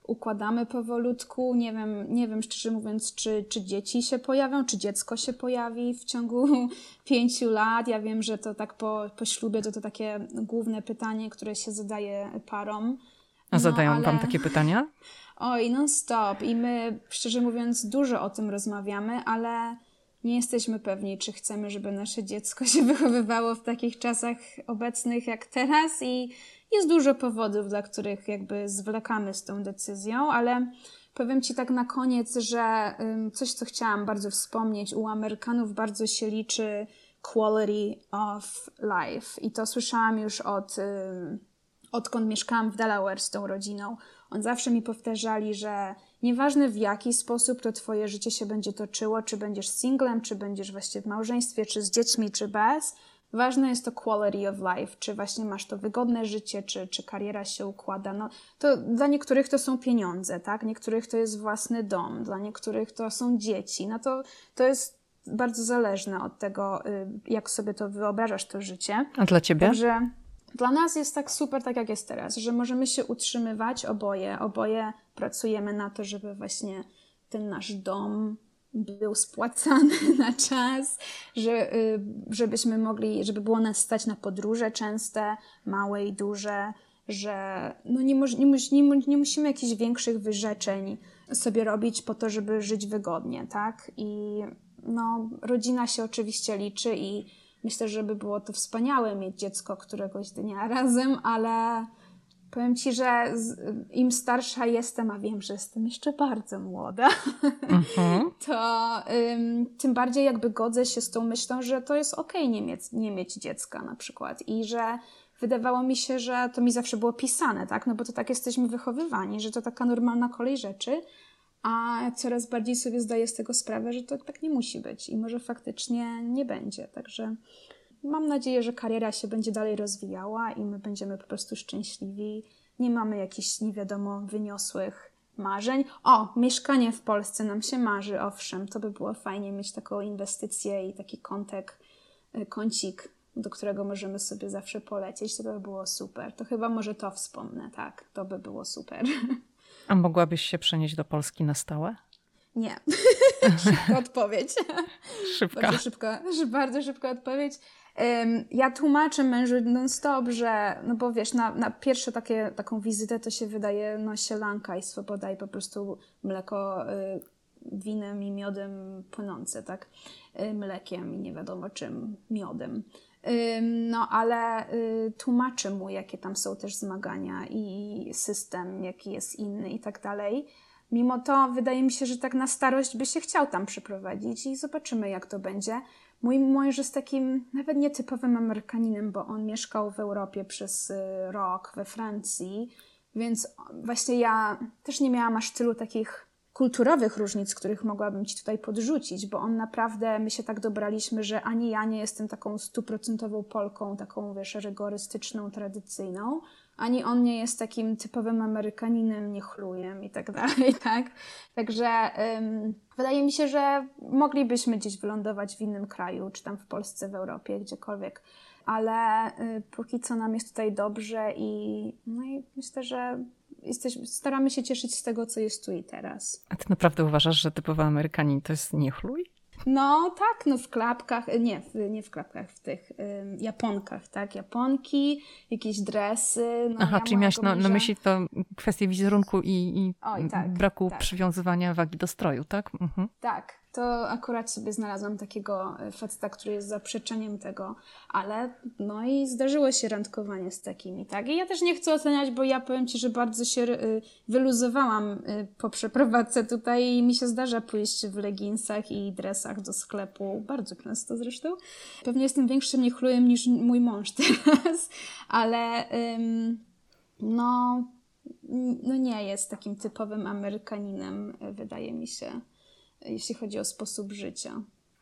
układamy powolutku. Nie wiem, nie wiem szczerze mówiąc, czy, czy dzieci się pojawią, czy dziecko się pojawi w ciągu pięciu lat. Ja wiem, że to tak po, po ślubie to to takie główne pytanie, które się zadaje parom. A zadają no, ale... wam takie pytania? Oj, non stop. I my, szczerze mówiąc, dużo o tym rozmawiamy, ale nie jesteśmy pewni, czy chcemy, żeby nasze dziecko się wychowywało w takich czasach obecnych jak teraz i jest dużo powodów, dla których jakby zwlekamy z tą decyzją, ale powiem Ci tak na koniec, że um, coś, co chciałam bardzo wspomnieć, u Amerykanów bardzo się liczy quality of life i to słyszałam już od, um, odkąd mieszkałam w Delaware z tą rodziną. On zawsze mi powtarzali, że nieważne w jaki sposób to twoje życie się będzie toczyło, czy będziesz singlem, czy będziesz właśnie w małżeństwie, czy z dziećmi, czy bez, ważne jest to quality of life, czy właśnie masz to wygodne życie, czy, czy kariera się układa. No, to dla niektórych to są pieniądze, tak? Niektórych to jest własny dom, dla niektórych to są dzieci. No to, to jest bardzo zależne od tego, jak sobie to wyobrażasz, to życie. A dla ciebie? Także dla nas jest tak super, tak jak jest teraz, że możemy się utrzymywać oboje, oboje pracujemy na to, żeby właśnie ten nasz dom był spłacany na czas, że, żebyśmy mogli, żeby było nas stać na podróże częste, małe i duże, że no nie, moż, nie, nie, nie musimy jakichś większych wyrzeczeń sobie robić po to, żeby żyć wygodnie, tak? I no, rodzina się oczywiście liczy i myślę, że by było to wspaniałe mieć dziecko któregoś dnia razem, ale powiem Ci, że im starsza jestem, a wiem, że jestem jeszcze bardzo młoda, mhm. to um, tym bardziej jakby godzę się z tą myślą, że to jest okej nie mieć, nie mieć dziecka na przykład i że wydawało mi się, że to mi zawsze było pisane, tak? No bo to tak jesteśmy wychowywani, że to taka normalna kolej rzeczy, a coraz bardziej sobie zdaję z tego sprawę, że to tak nie musi być i może faktycznie nie będzie, także mam nadzieję, że kariera się będzie dalej rozwijała i my będziemy po prostu szczęśliwi. Nie mamy jakichś nie wiadomo wyniosłych marzeń. O, mieszkanie w Polsce nam się marzy, owszem, to by było fajnie mieć taką inwestycję i taki kątek, kącik, do którego możemy sobie zawsze polecieć. To by było super. To chyba może to wspomnę, tak, to by było super. A mogłabyś się przenieść do Polski na stałe? Nie. Szybka odpowiedź. Szybka. Bardzo szybka, bardzo szybka odpowiedź. Um, ja tłumaczę mężu non-stop, że, no bo wiesz, na, na pierwsze takie, taką wizytę to się wydaje no sielanka i swoboda i po prostu mleko y, winem i miodem płynące, tak? Y, mlekiem i nie wiadomo czym, miodem. Y, no ale y, tłumaczę mu, jakie tam są też zmagania i system, jaki jest inny i tak dalej. Mimo to wydaje mi się, że tak na starość by się chciał tam przeprowadzić i zobaczymy, jak to będzie. Mój mąż jest takim nawet nietypowym Amerykaninem, bo on mieszkał w Europie przez rok, we Francji, więc właśnie ja też nie miałam aż tylu takich kulturowych różnic, których mogłabym Ci tutaj podrzucić, bo on naprawdę, my się tak dobraliśmy, że ani ja nie jestem taką stuprocentową Polką, taką wiesz, rygorystyczną, tradycyjną, ani on nie jest takim typowym Amerykaninem, niechlujem i tak dalej, tak? Także um, wydaje mi się, że moglibyśmy gdzieś wylądować w innym kraju, czy tam w Polsce, w Europie, gdziekolwiek, ale y, póki co nam jest tutaj dobrze i, no i myślę, że jesteśmy, staramy się cieszyć z tego, co jest tu i teraz. A ty naprawdę uważasz, że typowy Amerykanin to jest niechluj? No tak, no w klapkach, nie, nie w klapkach, w tych ym, japonkach, tak, japonki, jakieś dresy. No, Aha, ja czyli miałaś na, męża... na myśli to kwestię wizerunku i, i Oj, tak, braku tak. przywiązywania wagi do stroju, tak? Mhm. Tak, to akurat sobie znalazłam takiego faceta, który jest zaprzeczeniem tego, ale no i zdarzyło się randkowanie z takimi, tak? I ja też nie chcę oceniać, bo ja powiem Ci, że bardzo się y, wyluzowałam y, po przeprowadzce tutaj i mi się zdarza pójść w leginsach i dresach do sklepu, bardzo często zresztą. Pewnie jestem większym niechlujem niż mój mąż teraz, ale ym, no, no nie jest takim typowym Amerykaninem, wydaje mi się, jeśli chodzi o sposób życia.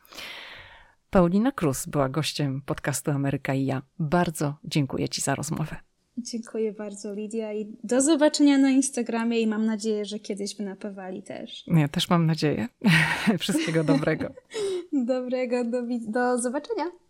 Paulina Krus była gościem podcastu Ameryka i ja. Bardzo dziękuję Ci za rozmowę. Dziękuję bardzo, Lidia, i do zobaczenia na Instagramie i mam nadzieję, że kiedyś w Napawali też. Ja też mam nadzieję. Wszystkiego dobrego. Dobrego, do, do zobaczenia.